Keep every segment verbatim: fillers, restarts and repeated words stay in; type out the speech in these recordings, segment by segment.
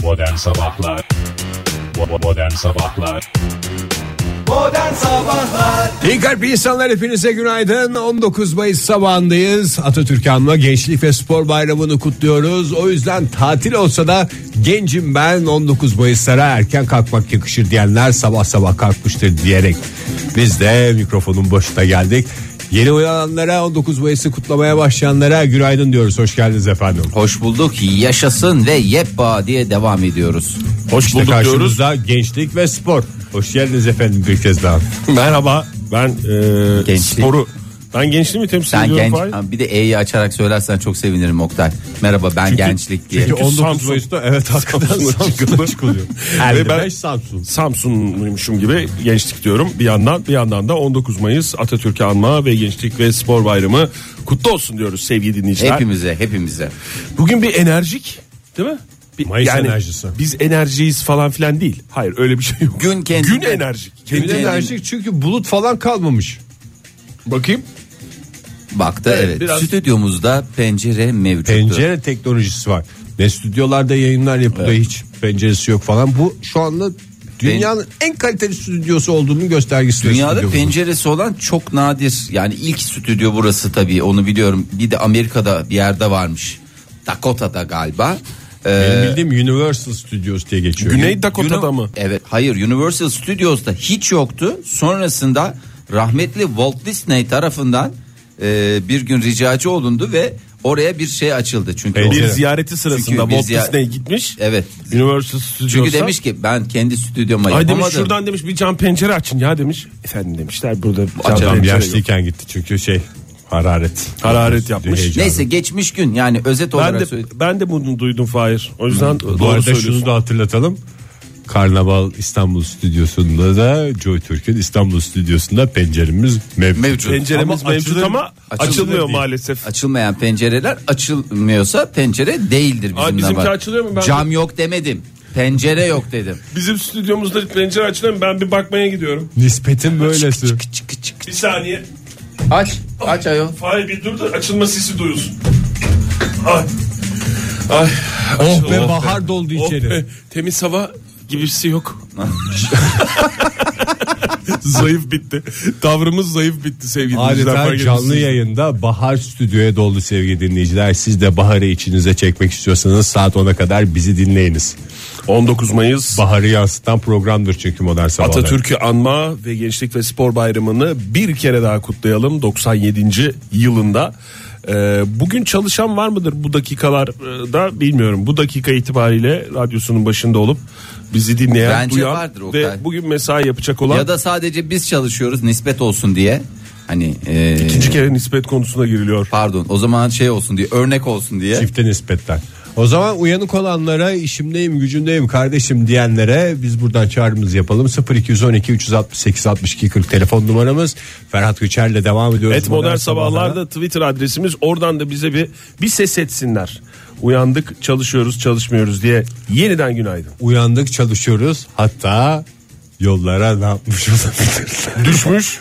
Modern Sabahlar Modern Sabahlar Modern Sabahlar İyi kalp insanlar, hepinize günaydın. on dokuz Mayıs sabahındayız. Atatürk Anma Gençlik ve Spor Bayramı'nı kutluyoruz. O yüzden tatil olsa da gencim ben, on dokuz Mayıs'lara erken kalkmak yakışır diyenler sabah sabah kalkmıştır diyerek biz de mikrofonun başına geldik. Yeni uyananlara, on dokuz Mayıs'ı kutlamaya başlayanlara günaydın diyoruz. Hoş geldiniz efendim. Hoş bulduk, yaşasın ve yeppa diye devam ediyoruz. Hoş işte bulduk karşımızda diyoruz. Gençlik ve spor. Hoş geldiniz efendim bir kez daha. Merhaba, ben e, sporu ben gençliğimi temsil Sen ediyorum. Genç, ha, bir de E'yi açarak söylersen çok sevinirim Oktay. Merhaba ben çünkü, gençlik diye. Çünkü on dokuz Samsun, Mayıs'ta evet hakikaten Samsun'a çıkılıyor. Ve ben Samsun. Samsunluymuşum gibi gençlik diyorum. Bir yandan bir yandan da on dokuz Mayıs Atatürk'ü anma ve Gençlik ve Spor Bayramı kutlu olsun diyoruz sevgili dinleyiciler. Hepimize, hepimize. Bugün bir enerjik, değil mi? Bir, Mayıs yani enerjisi. Biz enerjiyiz falan filan değil. Hayır, öyle bir şey yok. Gün kendine. Gün enerjik. Gün Gün enerjik çünkü bulut falan kalmamış. Bakayım. Baktı evet. evet. biraz- Stüdyomuzda pencere mevcuttu. Pencere teknolojisi var. Ve stüdyolarda yayınlar yapılıyor, evet. Hiç penceresi yok falan. Bu şu anda dünyanın en kaliteli stüdyosu olduğunun göstergesi. Dünyada penceresi olan çok nadir. Yani ilk stüdyo burası tabii, onu biliyorum. Bir de Amerika'da bir yerde varmış. Dakota'da galiba. Benim Ee, bildiğim Universal Studios diye geçiyor. Güney Dakota'da Uni- mı? Evet, hayır, Universal Studios'ta hiç yoktu. Sonrasında rahmetli Walt Disney tarafından e, bir gün ricacı olundu ve oraya bir şey açıldı. Çünkü Pencere. Bir o- ziyareti sırasında Çünkü bir Walt ziyaret- Disney gitmiş. Evet. Universal Studios'a. Çünkü demiş ki ben kendi stüdyoma Ay demiş, yapamadım. şuradan demiş bir cam pencere açın ya demiş. Efendim demişler, burada cam Açalım. Adam pencere yok. yaşlıyken gitti çünkü şey hararet. Hararet yapmış. Heyecanı. Neyse, geçmiş gün, yani özet Ben olarak de söyleyeyim. ben de bunu duydum Fahir. O yüzden Bu doğru arada söylüyorsun. şunu da hatırlatalım. Karnaval İstanbul stüdyosunda da Joy Türk'ün İstanbul stüdyosunda penceremiz mevcut. Mevcut. Penceremiz Ama mevcut açılır- ama açılır açılmıyor değil. maalesef. Açılmayan pencereler, açılmıyorsa pencere değildir bizim. Aa, bizimki var. açılıyor mu? Ben Cam yok demedim. Pencere yok dedim. Bizim stüdyomuzda pencere açılıyor mu? Ben bir bakmaya gidiyorum. Nispetin böylesi. Bir saniye. Aç, aç ayol. Fahir bir dur da açılma sesi duyulsun. Ay. Ay. Oh Açıl- be, oh bahar doldu Oh içeri. be, temiz hava gibisi yok. Zayıf bitti. Tavrımız zayıf bitti sevgili dinleyiciler. Adeta Fark canlı etmişsiniz. yayında bahar stüdyoya doldu sevgili dinleyiciler. Siz de baharı içinize çekmek istiyorsanız saat ona kadar bizi dinleyiniz. on dokuz Mayıs Baharı yansıtan programdır çünkü Modern Sabahlar. Atatürk'ü anma ve Gençlik ve Spor Bayramı'nı bir kere daha kutlayalım doksan yedinci yılında. Ee, bugün çalışan var mıdır bu dakikalarda bilmiyorum. Bu dakika itibariyle radyosunun başında olup bizi dinleyen, Bence duyan vardır Oktay. ve bugün mesai yapacak olan. Ya da sadece biz çalışıyoruz nispet olsun diye. Hani e, İkinci kere nispet konusuna giriliyor. pardon, o zaman şey olsun diye, örnek olsun diye. Çifte nispetten. O zaman uyanık olanlara, işimdeyim gücümdeyim kardeşim diyenlere biz buradan çağrımızı yapalım. sıfır iki on iki üç altı sekiz altmış iki kırk telefon numaramız. Ferhat Göçer'le devam ediyoruz. Et Modern Sabahlar'da Twitter adresimiz, oradan da bize bir bir ses etsinler. Uyandık, çalışıyoruz, çalışmıyoruz diye yeniden günaydın. Uyandık, çalışıyoruz, hatta yollara ne yapmış olabilir? Düşmüş.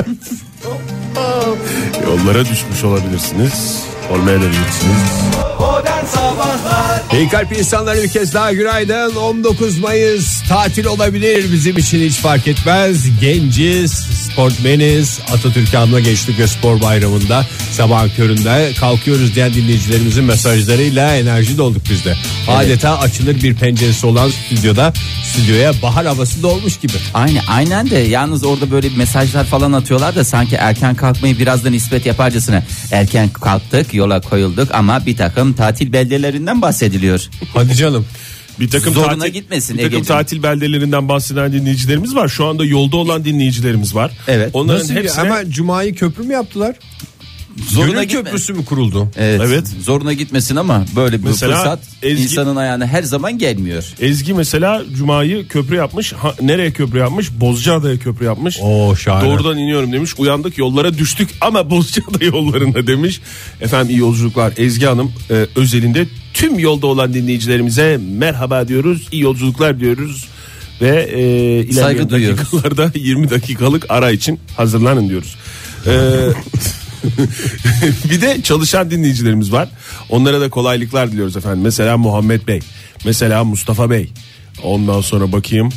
Yollara düşmüş olabilirsiniz. Olmaya da bilirsiniz. Modern Sabahlar İyi kalp insanlara bir kez daha günaydın. on dokuz Mayıs tatil olabilir, bizim için hiç fark etmez. Genciz, sportmeniz. Atatürk Anma Gençlik ve Spor Bayramı'nda sabahın köründe kalkıyoruz diyen dinleyicilerimizin mesajlarıyla enerji dolduk biz de. Adeta açılır bir penceresi olan stüdyoda stüdyoya bahar havası dolmuş gibi. Aynen, aynen de yalnız orada böyle mesajlar falan atıyorlar da sanki erken kalkmayı biraz da nispet yaparcasına. Erken kalktık, yola koyulduk ama bir takım tatil beldelerinden bahsediliyor. Hadi canım. Bir takım Zoruna tatil, gitmesin bir takım Egeciğim. tatil beldelerinden bahseden dinleyicilerimiz var. Şu anda yolda olan dinleyicilerimiz var. Evet. Onların Nasıl hepsine hemen Cuma'yı köprü mü yaptılar? Zoruna Gönül gitme. Köprüsü mü kuruldu? Evet, Evet. zoruna gitmesin ama böyle bir Mesela fırsat Ezgi- insanın ayağına her zaman gelmiyor. Ezgi mesela Cuma'yı köprü yapmış. Ha, nereye köprü yapmış? Bozcaada'ya köprü yapmış. Oo, şahane. Doğrudan iniyorum demiş. Uyandık, yollara düştük ama Bozcaada yollarında demiş. Efendim iyi yolculuklar. Ezgi Hanım e, özelinde tüm yolda olan dinleyicilerimize merhaba diyoruz. İyi yolculuklar diyoruz. Ve e, ilerleyen Saygı duyuyoruz. dakikalarda yirmi dakikalık ara için hazırlanın diyoruz. E, Bir de çalışan dinleyicilerimiz var. Onlara da kolaylıklar diliyoruz efendim. Mesela Muhammed Bey. Mesela Mustafa Bey. Ondan sonra bakayım.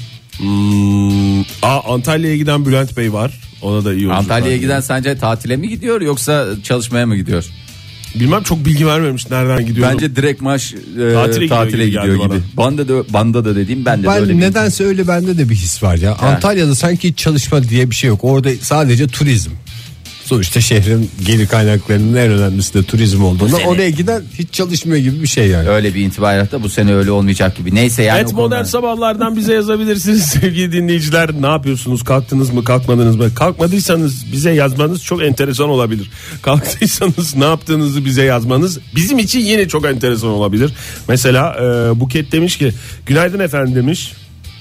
Hmm, Aa, Antalya'ya giden Bülent Bey var. Ona da iyi olur. Antalya'ya giden sence tatile mi gidiyor yoksa çalışmaya mı gidiyor? Bilmem, çok bilgi vermemiş nereden gidiyor. Bence direkt maç e, Tatile tatile, gidiyor gidiyor gibi gibi. Banda da banda da dediğim ben de Ben böyle. nedense öyle, bende de bir his var ya. Ha. Antalya'da sanki hiç çalışma diye bir şey yok. Orada sadece turizm. Sonuçta şehrin gelir kaynaklarının en önemlisi de turizm olduğunda sene- oraya giden hiç çalışmıyor gibi bir şey yani. Öyle bir intibayatta bu sene öyle olmayacak gibi. Neyse yani. Evet, o konuda- modern sabahlardan bize yazabilirsiniz sevgili dinleyiciler. Ne yapıyorsunuz? Kalktınız mı, kalkmadınız mı? Kalkmadıysanız bize yazmanız çok enteresan olabilir. Kalktıysanız ne yaptığınızı bize yazmanız bizim için yine çok enteresan olabilir. Mesela e, Buket demiş ki günaydın efendim demiş.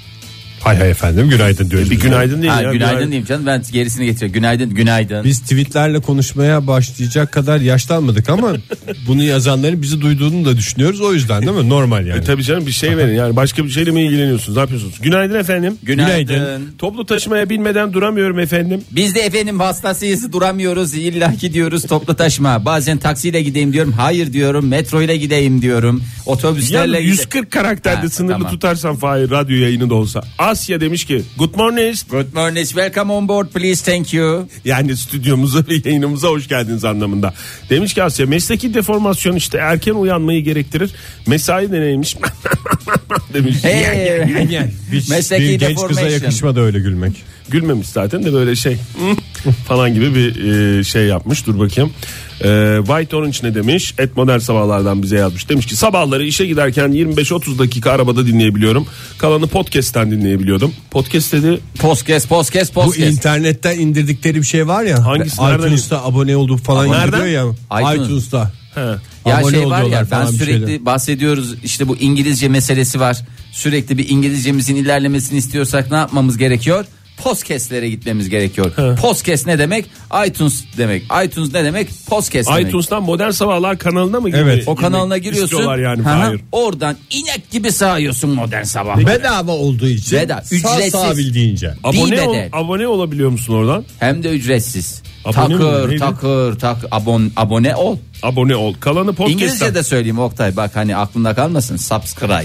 Hay hay efendim, günaydın diyoruz. Bir biz de. günaydın değil Ha, ya. günaydın, günaydın. diyeyim canım, ben gerisini getiriyorum. Günaydın günaydın. Biz tweetlerle konuşmaya başlayacak kadar yaşlanmadık ama bunu yazanların bizi duyduğunu da düşünüyoruz. O yüzden değil mi? Normal yani. E, tabii canım, bir şey verin yani, başka bir şeyle mi ilgileniyorsunuz, ne yapıyorsunuz? Günaydın efendim. Günaydın. Toplu taşımaya binmeden duramıyorum efendim. Biz de efendim hastasıyız, duramıyoruz, illa gidiyoruz toplu taşıma. Bazen taksiyle gideyim diyorum, hayır diyorum, metro ile gideyim diyorum, Yani otobüslerle yüz gide- kırk karakterde Ha, sınırlı tamam. tutarsan Fahir, radyo yayını da olsa. Asya demiş ki good morning. Good morning, welcome on board please, thank you. Yani stüdyomuza ve yayınımıza hoş geldiniz anlamında. Demiş ki Asya, mesleki deformasyon işte erken uyanmayı gerektirir. Mesai de neymiş? demiş. Hey. Hiç Mesleki bir genç kıza deformation. yakışmadı öyle gülmek. Gülmemiş zaten de böyle şey falan gibi bir e, şey yapmış. Dur bakayım. E, White Orange ne demiş? Et Modern Sabahlardan bize yazmış. Demiş ki sabahları işe giderken yirmi beş otuz dakika arabada dinleyebiliyorum. Kalanı podcast'ten dinleyebiliyordum. Podcast dedi. Podcast podcast Bu podcast. internetten indirdikleri bir şey var ya. Hangisi, nereden iTunes'ta abone olup falan Nereden? indiriyor ya. iTunes. iTunes'ta. He. Ya Abone şey var oluyorlar ya, ben falan bir sürekli şeyler. bahsediyoruz, işte bu İngilizce meselesi var. Sürekli bir İngilizcemizin ilerlemesini istiyorsak ne yapmamız gerekiyor? Podcast'lere gitmemiz gerekiyor. He. Podcast ne demek? iTunes demek. iTunes ne demek? Podcast demek. iTunes'tan Modern Sabahlar kanalına mı girmeyi- Evet. O kanalına girmek giriyorsun. istiyorlar yani. Hı hı. Hayır. Oradan inek gibi sağıyorsun Modern Sabah. Bedava olduğu için. Bedava, Sağ ücretsiz. sağabildiğince. Abone, ol- bedel. abone olabiliyor musun oradan? Hem de ücretsiz. Abone mi? takır Neydi? takır tak abon abone ol. Abone ol. Kalanı podcast'ten. İngilizce de söyleyeyim Oktay, bak hani aklında kalmasın. Subscribe.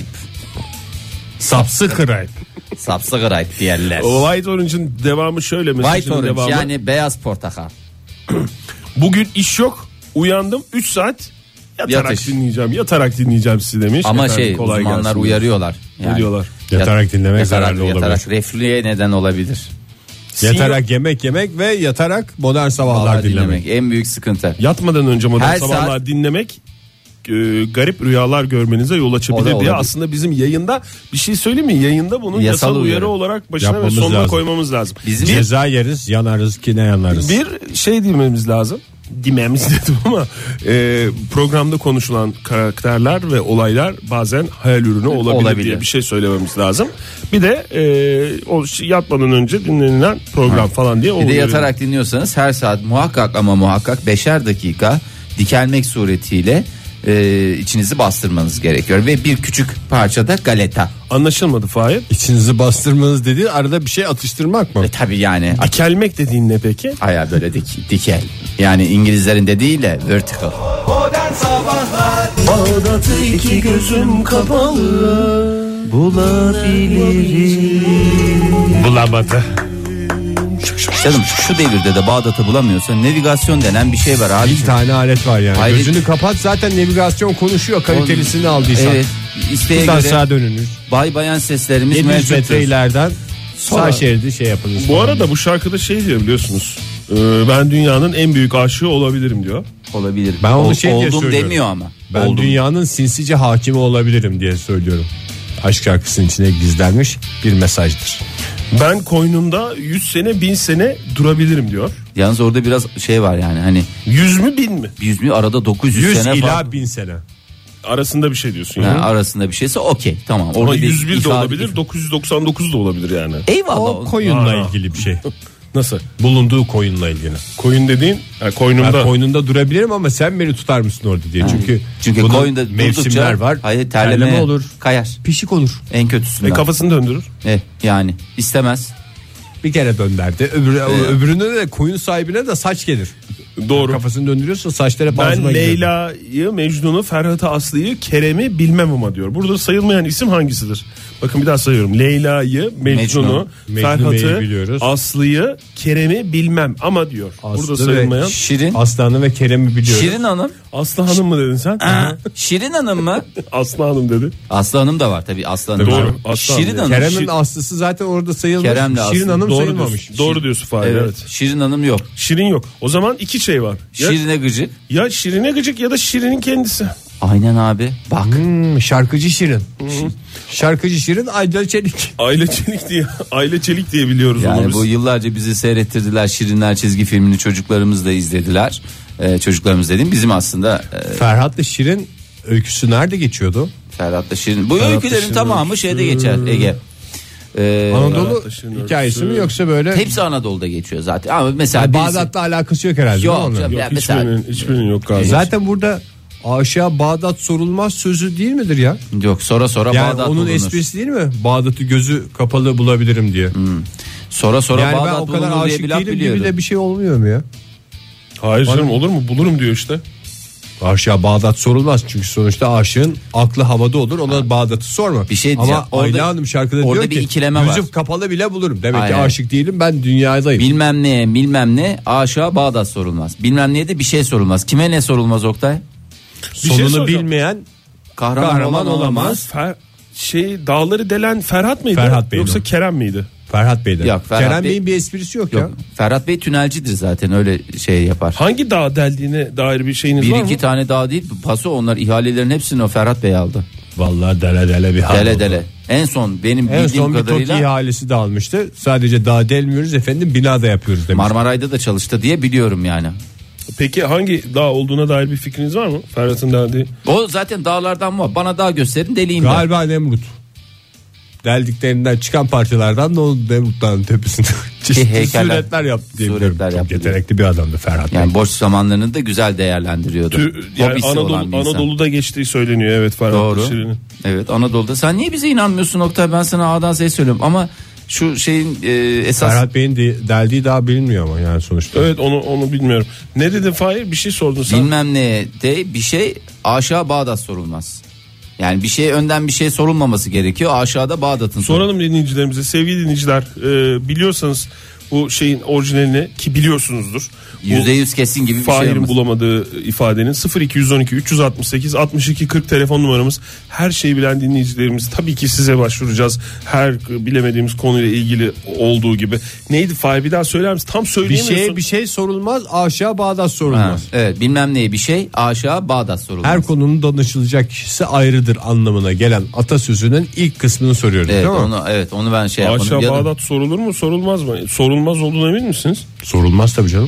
Subscribe. Subscribe diyerler. O White Orange'ın devamı şöyle. White mesajının orange devamı. yani beyaz portakal. Bugün iş yok. Uyandım üç saat yatarak Yatış. dinleyeceğim. Yatarak dinleyeceğim sizi demiş. Ama Efendim, şey kolay uzmanlar gelsin. uyarıyorlar. Ne diyorlar? Yatarak dinlemek yatarak, zararlı olabilir. Yatarak reflüye neden olabilir. Yatarak yemek yemek ve yatarak modern sabahlar Vallahi dinlemek. dinlemek en büyük sıkıntı. Yatmadan önce modern Her sabahlar saat- dinlemek e, garip rüyalar görmenize yol O da açabilir diye olabilir. aslında bizim yayında bir şey söyleyeyim mi? Yayında bunun Yasal yasal, uyarı uyarı. olarak başına ve Yapmamız sonuna lazım. koymamız lazım. Bizim bir, Ceza yeriz, yanarız, kine yanarız. bir şey dememiz lazım. Dememiz dedim ama e, programda konuşulan karakterler ve olaylar bazen hayal ürünü olabilir, Olabilir. diye bir şey söylememiz lazım. Bir de e, o şey- yatmadan önce dinlenilen program falan diye. Bir de uyarı- yatarak dinliyorsanız her saat muhakkak ama muhakkak beşer dakika dikelmek suretiyle e, içinizi bastırmanız gerekiyor. Ve bir küçük parçada galeta. Anlaşılmadı Fahir. İçinizi bastırmanız dediği arada bir şey atıştırmak mı? E tabi yani Dikelmek dediğin ne peki? ayağı böyle dik, dikel. Yani İngilizlerin dediğiyle vertical. Modern Sabahlar Bağdat'ı iki gözüm kapalı bulabilirim. Bulamadı. Canım şu devirde de Bağdat'ı bulamıyorsa navigasyon denen bir şey var abi. Bir tane alet var yani. Hayret- Gözünü kapat, zaten navigasyon konuşuyor kalitelisini aldıysan. Evet. İsteğe Buradan göre sağa dönünüz. bay bayan seslerimiz yedi yüz mevcuttur. metre ileriden Sonra- sağ şeridi şey yapınız. Bu arada bu şarkıda şey diyor biliyorsunuz. Ee, ben dünyanın en büyük aşığı olabilirim diyor. Olabilir. Ben onu Ol- şey diye oldum söylüyorum. demiyor ama. Ben Oldum. dünyanın sinsice hakimi olabilirim diye söylüyorum. Aşk şarkısının içine gizlenmiş bir mesajdır. Ben koynunda yüz sene bin sene durabilirim diyor. Yalnız orada biraz şey var yani hani Yüz mü bin mi? yüz mü arada dokuz yüz yüz sene ila falan. bin sene. Arasında bir şey diyorsun Ha, yani. arasında bir şeyse okey tamam. Ama Orada bir yüz bir de ifade- olabilir, dokuz yüz doksan dokuz da olabilir yani. Eyvallah. O koyunla Aa. ilgili bir şey. Nasıl? Bulunduğu koyunla ilgili. Koyun dediğin ha, Ben koynumda. koynunda durabilirim ama sen beni tutar mısın orada diye. Çünkü Çünkü bunun koyunda mevsimler durdukça var. hayır terleme, Terleme olur. Kayar. Pişik olur. En E, kötüsünden. kafasını döndürür. Eh, yani istemez. Bir kere dönderdi. Öbürü, Ee. öbüründe de koyun sahibine de saç gelir. Doğru. Kafasını döndürüyorsa saçları hep Ben ağzıma gidiyor. Leyla'yı, Mecnun'u, Ferhat'ı, Aslı'yı, Kerem'i bilmem ama diyor. Burada sayılmayan isim hangisidir? Bakın bir daha sayıyorum. Leyla'yı, Mecnun'u, Mecnun. Ferhat'ı, Mecnun'u biliyoruz. Aslı'yı, Kerem'i bilmem ama diyor. Aslı Burada sayılmayan. ve Şirin. Aslanı ve Kerem'i biliyoruz. Şirin Hanım. Aslı Hanım mı dedin sen? Aa, Şirin Hanım mı? Aslı Hanım dedi. Aslı Hanım da var tabii, Aslı Hanım. Doğru, var. Aslı Şirin Hanım. Hanım. Kerem'in Şir- Aslısı zaten orada sayılmış. Kerem'le Aslı. Şirin Hanım Doğru sayılmamış. diyorsun. Doğru diyorsun Fahir. Evet. Evet. Şirin Hanım yok. Şirin yok. O zaman iki şey var. Ya, Şirine gıcık. ya Şirin'e gıcık ya da Şirin'in kendisi. Aynen abi. Bak. Hmm, şarkıcı Şirin. Şarkıcı Şirin Ayda Çelik. Aile Çelik diye, Aile Çelik diye biliyoruz onu Yani biz. bu yıllarca bizi seyrettirdiler. Şirinler çizgi filmini çocuklarımız da izlediler. Ee, çocuklarımız dediğim bizim aslında e, Ferhat'la Şirin öyküsü nerede geçiyordu? Ferhat'la Şirin. Bu Ferhat'la öykülerin Şirin tamamı öyküsü. şeyde geçer Ege. Ee, Anadolu Ferhat'la Şirin hikayesi öyküsü. mi yoksa böyle hepsi Anadolu'da geçiyor zaten. Ama mesela yani birisi- Bağdat'la alakası yok herhalde. Yok değil mi onun? canım. Yok, Ya mesela- hiçbirinin, hiçbirinin yok galiba. Zaten burada aşağı Bağdat sorulmaz sözü değil midir ya? yok sonra sonra Yani Bağdat onun bulunur. esprisi değil mi? Bağdat'ı gözü kapalı bulabilirim diye. Sonra sonra Yani ben Bağdat o kadar bulunur diye aşık bir laf değilim biliyorum. gibi de bir şey olmuyor mu ya? Hayır canım, olur mu? Bulurum diyor işte. Aşağı Bağdat sorulmaz çünkü sonuçta aşığın aklı havada olur, ona Bağdat'ı sorma. Bir şey diyeceğim. Ama Orada- Ayla Hanım şarkıda orada diyor bir ki ikileme var. gözüm kapalı bile bulurum. Demek ki Aynen. aşık değilim, ben dünyadayım. Bilmem neye bilmem ne aşağı Bağdat sorulmaz. Bilmem neye de bir şey sorulmaz. Kime ne sorulmaz Oktay? Bir şey Sonunu soracağım. bilmeyen Kahraman, Kahraman olan olamaz. Fer, şey dağları delen Ferhat mıydı? Ferhat Bey'di Yoksa o. Kerem miydi? Ferhat Bey'den. Yok, Ferhat Kerem Bey- Bey'in bir esprisi yok, Yok. ya. Ferhat Bey tünelcidir zaten, öyle şey yapar. Hangi dağ deldiğine dair bir şeyiniz Bir var iki mı? tane daha değil, paso, onlar ihalelerin hepsini o Ferhat Bey aldı. Vallahi dele dele bir hal Dele oldu. dele. En son benim En bildiğim son bir TOKİ kadarıyla ihalesi de almıştı. Sadece dağ delmiyoruz efendim, bina da yapıyoruz demiş. Marmaray'da da çalıştı diye biliyorum yani. Peki hangi dağ olduğuna dair bir fikriniz var mı? Ferhat'ın deldiği. O zaten dağlardan mı? Bana dağ gösterin, deliyim ben. Galiba Nemrut. Deldiklerinden çıkan parçalardan da o Nemrut'tan tepesinde çeşitli heykeller- suretler yaptı diye suretler biliyorum. Çok yaptı diye. yetenekli bir adamdı Ferhat Bey. Yani boş zamanlarını da güzel değerlendiriyordu. Tü- yani Hobisi olan Anadolu, bir insan. Anadolu'da geçtiği söyleniyor, evet, Ferhat Doğru. Şirin'in. Evet, Anadolu'da. Sen niye bize inanmıyorsun Oktay? Ben sana A'dan Z'ye söylüyorum ama şu şeyin e, esas Ferhat Bey'in de, deldiği daha bilinmiyor ama yani sonuçta. Evet, onu onu bilmiyorum. Ne dedin Fahir? Bir şey sordun sen. bilmem ne de bir şey aşağı Bağdat sorulmaz. Yani bir şey önden bir şey sorulmaması gerekiyor. Aşağıda Bağdat'ın Soralım dinleyicilerimize. Sevgili dinleyiciler, e, biliyorsanız bu şeyin orijinalini, ki biliyorsunuzdur. Bu yüzde yüz kesin gibi bir şey Fahir'in olmaz. bulamadığı ifadenin sıfır iki on iki üç altı sekiz altmış iki kırk telefon numaramız. Her şeyi bilen dinleyicilerimiz, tabii ki size başvuracağız. Her bilemediğimiz konuyla ilgili olduğu gibi. Neydi Fahir, bir daha söyler misin? Tam Bir söyleyemiyorsun. şeye bir şey sorulmaz, aşağı Bağdat Ha, sorulmaz. evet, bilmem neye bir şey aşağı Bağdat sorulmaz. Her konunun danışılacak kişisi ayrıdır anlamına gelen atasözünün ilk kısmını soruyoruz, Evet, değil mi? onu evet onu ben şey Aşağı yapmadım. Ya da- Bağdat sorulur mu, sorulmaz mı? Sorulmaz olduğuna emin misiniz? Sorulmaz tabii canım.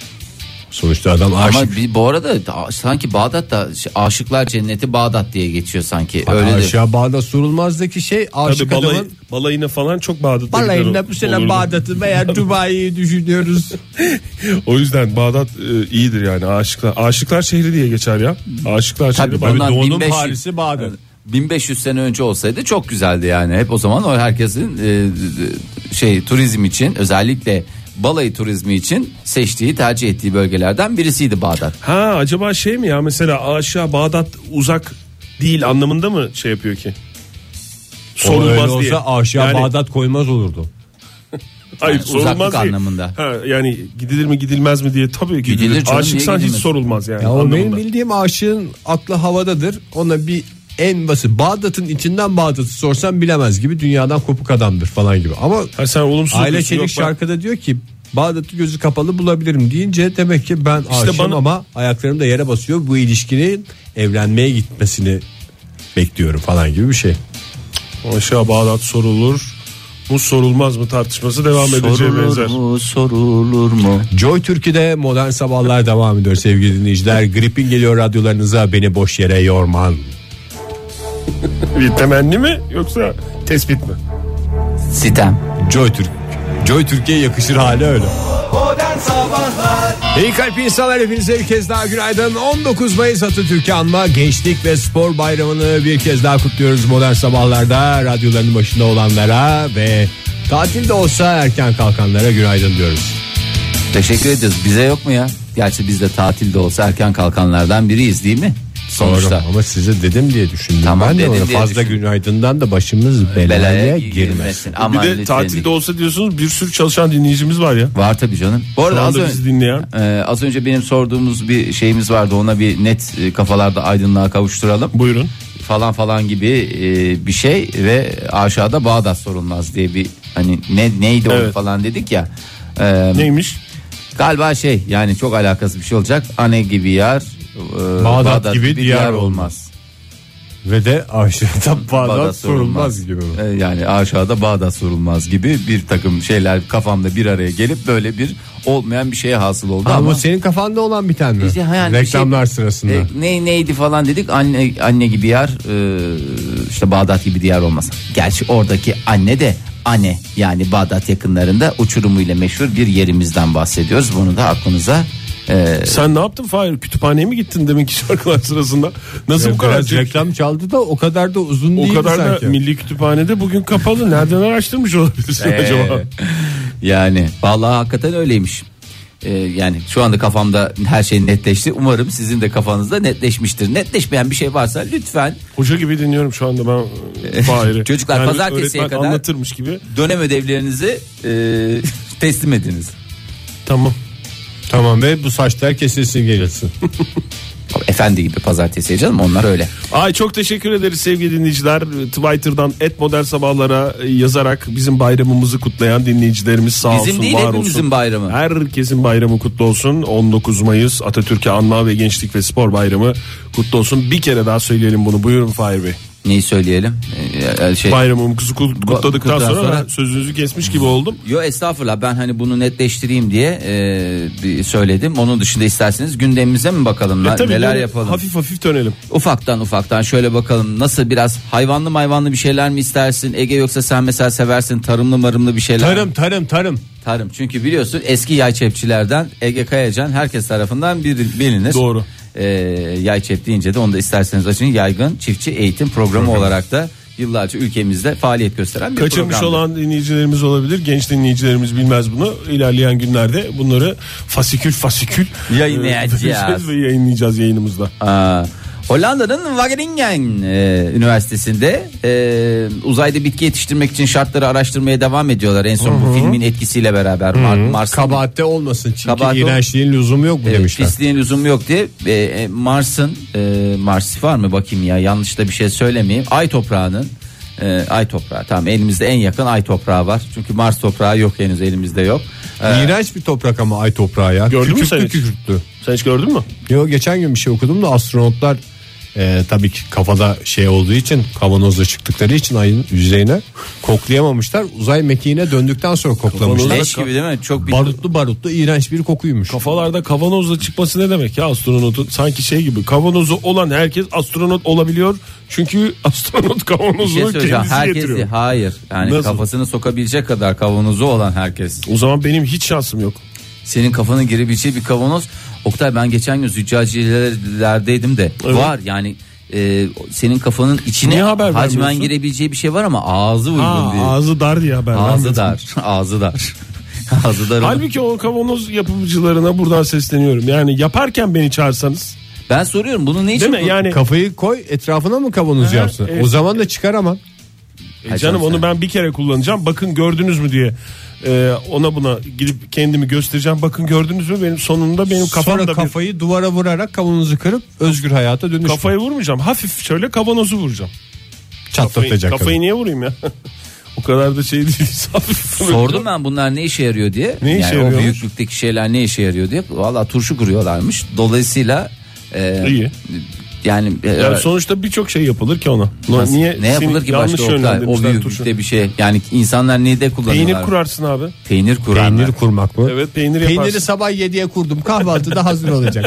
Sonuçta adam aşık. Ama bir, bu arada da- sanki Bağdat'ta şey, Aşıklar Cenneti Bağdat diye geçiyor sanki. Öyle Öyle de. aşağı Bağdat sorulmazdaki şey aşık Tabii balay, adamın balayına falan çok Bağdat'a balayında gider bu sene olurdu. Bağdat'ı veya Dubai'yi düşünüyoruz. O yüzden Bağdat e, iyidir yani. Aşıklar Aşıklar şehri diye geçer ya. Aşıklar Tabii şehri. bundan Doğu'nun bin beş yüz Paris'i Bağdat. bin beş yüz sene önce olsaydı çok güzeldi yani. Hep o zaman o herkesin e, şey turizm için, özellikle balayı turizmi için seçtiği, tercih ettiği bölgelerden birisiydi Bağdat. Ha, acaba şey mi ya, mesela aşağı Bağdat uzak değil anlamında mı şey yapıyor ki? Sorulmaz öyle Sorulmaz diye. olsa aşağı Yani- Bağdat koymaz olurdu. Hayır, Yani sorulmaz uzaklık diye. anlamında. Ha, yani gidilir mi gidilmez mi diye, tabii gidilir. Gidilir canım, Aşıksan niye hiç gidilmez? sorulmaz yani Ya o anlamında. benim bildiğim aşığın aklı havadadır. Ona bir en basit Bağdat'ın içinden Bağdat'ı sorsan bilemez gibi, dünyadan kopuk adamdır falan gibi. Ama Ha, sen olumsuz Aile diyorsun, Çelik yok ben- şarkıda diyor ki Bağdat'ı gözü kapalı bulabilirim deyince demek ki ben İşte aşığım bana- ama ayaklarım da yere basıyor. Bu ilişkinin evlenmeye gitmesini bekliyorum falan gibi bir şey. Aşağı Bağdat sorulur mu sorulmaz mı tartışması devam edeceğe Sorulur benzer. mu, sorulur mu? Joy Türkiye'de Modern Sabahlar devam ediyor sevgili dinleyiciler. Gripin geliyor radyolarınıza, beni boş yere yorman. Bir temenni mi yoksa tespit mi? Sitem. Joy Türk. Joy Türkiye yakışır hali öyle. Modern Sabahlar İyi kalp insanlar, hepinize bir kez daha günaydın. on dokuz Mayıs Atatürk'ü anma Gençlik ve Spor Bayramı'nı bir kez daha kutluyoruz Modern Sabahlar'da. Radyoların başında olanlara ve tatilde olsa erken kalkanlara günaydın diyoruz. Teşekkür ediyoruz. Bize yok mu ya? Gerçi biz de tatilde olsa erken kalkanlardan biriyiz değil mi? Sonuçta. Doğru, ama size dedim diye düşündüm. Tamam, ben de dedin ona diye fazla düşündüm. günaydından da başımız belaya, Belaya girmesin. girmesin. Bir Aman de lütfen. tatilde olsa diyorsunuz, bir sürü çalışan dinleyicimiz var ya. Var tabii canım. Bu arada Şu az anda önce, bizi dinleyen. e, az önce benim sorduğumuz bir şeyimiz vardı. Ona bir net e, kafalarda aydınlığa kavuşturalım. Buyurun. Falan falan gibi e, bir şey ve aşağıda Bağdat sorulmaz diye bir hani ne neydi o Evet. falan dedik ya. E, Neymiş? Galiba şey yani çok alakasız bir şey olacak. Anne gibi yer, e, Bağdat gibi diyar olmaz. Ve de aşağıda Bağdat sorulmaz gibi. E, yani aşağıda Bağdat sorulmaz gibi bir takım şeyler kafamda bir araya gelip böyle bir olmayan bir şeye hasıl oldu Ama, ama. bu senin kafanda olan bir tane mi? İşte yani bir Reklamlar şey- sırasında. E, ne neydi falan dedik. Anne anne gibi yer, e, işte Bağdat gibi diyar olmaz. Gerçi oradaki anne de anne, yani Bağdat yakınlarında uçurumuyla meşhur bir yerimizden bahsediyoruz. Bunu da aklınıza e, Sen ne yaptın Fahir? Kütüphaneye mi gittin demek ki şarkılar sırasında? Nasıl bu kadar Biraz reklam çaldı da o kadar da uzun O değil kadar sanki. da Milli Kütüphane'de bugün kapalı. Nereden araştırmış olabilirsin e, acaba? yani vallahi hakikaten öyleymiş. E, yani şu anda kafamda her şey netleşti. Umarım sizin de kafanızda netleşmiştir. Netleşmeyen bir şey varsa lütfen Hoca gibi dinliyorum şu anda ben Fahir'i. Çocuklar, Yani pazartesiye öğretmen kadar- anlatırmış gibi. dönem ödevlerinizi e, teslim ediniz. Tamam. Tamam ve bu saçlar kesilsin gelirsin. Efendi gibi pazartesi canım, onlar öyle. Ay çok teşekkür ederiz sevgili dinleyiciler. Twitter'dan et modern sabahlara yazarak bizim bayramımızı kutlayan dinleyicilerimiz sağ Bizim olsun, değil, var hepimizin olsun. bayramı. Herkesin bayramı kutlu olsun. on dokuz Mayıs Atatürk'e anma ve gençlik ve spor bayramı kutlu olsun. Bir kere daha söyleyelim bunu. Buyurun Fahir Bey. Neyi söyleyelim? Ee, şey, Bayramımızı kut- kutladıktan kutladıktan sonra, sonra- ben sözünüzü kesmiş gibi oldum. Yo estağfurullah, ben hani bunu netleştireyim diye e, bir söyledim. Onun dışında isterseniz gündemimize mi bakalım? E tabii Neler böyle yapalım? Hafif hafif dönelim. Ufaktan ufaktan şöyle bakalım, nasıl, biraz hayvanlı mayvanlı bir şeyler mi istersin Ege, yoksa sen mesela seversin tarımlı marımlı bir şeyler? Tarım tarım tarım. Tarım, çünkü biliyorsun eski yay çepçilerden Ege Kayacan herkes tarafından bir, bilinir. Doğru. Ee, yay çep deyince de onu da isterseniz açın, yaygın çiftçi eğitim programı olarak da yıllarca ülkemizde faaliyet gösteren bir Kaçırmış programdır. olan dinleyicilerimiz olabilir. Genç dinleyicilerimiz bilmez bunu. İlerleyen günlerde bunları fasikül fasikül Yayınlayacağız. e, ve yayınlayacağız yayınımızda. Aa, Hollanda'nın Wageningen e, Üniversitesi'nde e, uzayda bitki yetiştirmek için şartları araştırmaya devam ediyorlar. En son bu filmin etkisiyle beraber Mar- Mars'ın Kabahatte olmasın çünkü Kabahat ol- iğrençliğin lüzumu yok mu Evet, demişler. pisliğin lüzumu yok diye e, e, Mars'ın e, Mars var mı bakayım ya, yanlış da bir şey söylemeyeyim. Ay toprağının e, ay toprağı, tamam, elimizde en yakın ay toprağı var. Çünkü Mars toprağı yok, henüz elimizde yok. E, İğrenç bir toprak ama ay toprağı ya. Gördün mü Kükürtlü sen hiç? kükürtlü. Sen hiç gördün mü? Yo, geçen gün bir şey okudum da astronotlar e, tabii ki kafada şey olduğu için, kavanozla çıktıkları için ayın yüzeyine koklayamamışlar. Uzay mekiğine döndükten sonra koklamışlar. leş gibi değil mi? Çok bir Barutlu barutlu iğrenç bir kokuymuş. Kafalarda kavanozla çıkması ne demek ya astronotun? Sanki şey gibi, kavanozu olan herkes astronot olabiliyor. Çünkü astronot bir şey kavanozunu söyleyeceğim. kendisi Herkes getiriyor. değil, hayır. Yani Nasıl? kafasını sokabilecek kadar kavanozu olan herkes. O zaman benim hiç şansım yok. Senin kafanın girebileceği bir kavanoz. Oktay, ben geçen gün züccaciyelerdeydim de Evet. var yani, e, senin kafanın içine Niye haber hacmen vermiyorsun? girebileceği bir şey var ama ağzı uygun Ha, değil. ağzı dar diye haber Ağzı vermedim. dar. Ağzı dar. Ağzı dar. olan- Halbuki o kavanoz yapımcılarına buradan sesleniyorum. Yani yaparken beni çağırsanız. Ben soruyorum, bunu ne için? Değil mi? bu- Yani Kafayı koy, etrafına mı kavanoz Ha, yapsın? evet. O zaman da çıkar ama. E canım onu ben bir kere kullanacağım. Bakın gördünüz mü diye e, ona buna gidip kendimi göstereceğim. Bakın gördünüz mü, benim sonunda benim Sonra kafamda bir kafayı duvara vurarak kavanozu kırıp özgür hayata dönüş. kafayı vurmayacağım. Hafif şöyle kavanozu vuracağım. Kafayı, çatlatacak. kafayı niye vurayım ya? O kadar da şey değil. Hafif Sordum ben bunlar ne işe yarıyor diye. Ne işe yani o yarıyormuş? büyüklükteki şeyler ne işe yarıyor diye. Valla turşu kuruyorlarmış. Dolayısıyla e, İyi. yani, e, Yani sonuçta birçok şey yapılır ki ona. nasıl- Niye ne yapılır seni ki yanlış başka Oktay? O yönlendirmişler büyüklükte turşu? bir şey. Yani insanlar ne de kullanıyorlar? Peynir kurarsın abi. Peynir kurarlar. Peynir kurmak mı? Evet, peynir Peyniri yaparsın. sabah yediye kurdum, kahvaltıda hazır olacak.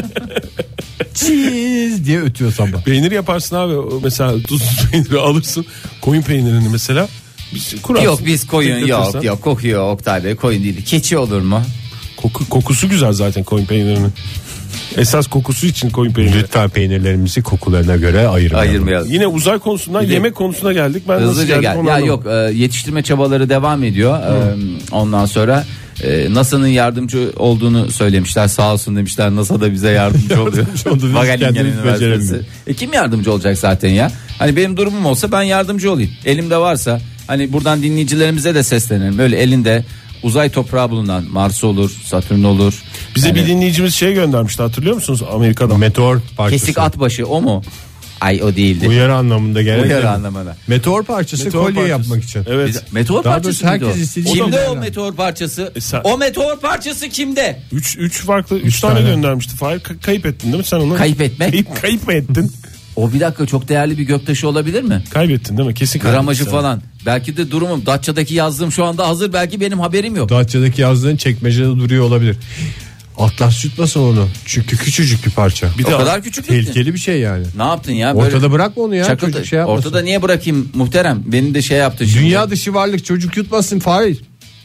Cheese diye ötüyor sabah. Peynir yaparsın abi. O mesela tuzsuz peyniri alırsın. Koyun peynirini mesela. Bir şey kurarsın. Yok biz koyun yok Bekletirsen. yok kokuyor Oktay Bey, koyun değil. Keçi olur mu? Koku, kokusu güzel zaten koyun peynirinin. Esas kokusu için koyun peyniri. Lütfen peynirlerimizi kokularına göre ayırmayalım. Ayırmayalım. Yine uzay konusundan Bir de- yemek konusuna geldik. Ben nasıl Hızlıca geldik gel. onu Ya anlamadım. yok, e, yetiştirme çabaları devam ediyor. E, ondan sonra Ee, NASA'nın yardımcı olduğunu söylemişler, sağ olsun demişler. NASA da bize yardımcı oluyor. Wageningen Üniversitesi. E kim yardımcı olacak zaten ya? Hani benim durumum olsa ben yardımcı olayım. Elimde varsa hani buradan dinleyicilerimize de seslenelim. Böyle elinde uzay toprağı bulunan Mars olur, Satürn olur. Bize yani, bir dinleyicimiz şey göndermişti, hatırlıyor musunuz? Amerika'dan. Meteor parçası. kesik at başı o mu? Ay o değildi. Uyarı anlamında gelen. Uyarı anlamında. Meteor parçası Meteor kolye parçası. yapmak için. Evet. Biz- Meteor Daha parçası doğrusu mıydı herkes o? istediği Kimde gibi o yani. meteor parçası? E sen- O meteor parçası kimde? Üç, üç farklı, üç, Üç tane, tane. göndermişti. Fahir Ka- kayıp ettin değil mi sen onu? Kayıp etmek? Kayıp, kayıp mı ettin? O bir dakika çok değerli bir göktaşı olabilir mi? Kaybettin değil mi? Kesin Gramajı kaybettin sen. falan. Belki de durumum Datça'daki yazdığım şu anda hazır, belki benim haberim yok. Datça'daki yazdığın çekmecede duruyor olabilir. Atlas yutmasın onu. Çünkü küçücük bir parça. Bir O de kadar küçük değil ki. Tehlikeli bir şey yani. Ne yaptın ya? Böyle Ortada bırakma onu ya. çakıldı. Çocuk şey yapmasın. Ortada niye bırakayım muhterem? Beni de şey yaptı şimdi. Dünya dışı varlık, çocuk yutmasın Fahir.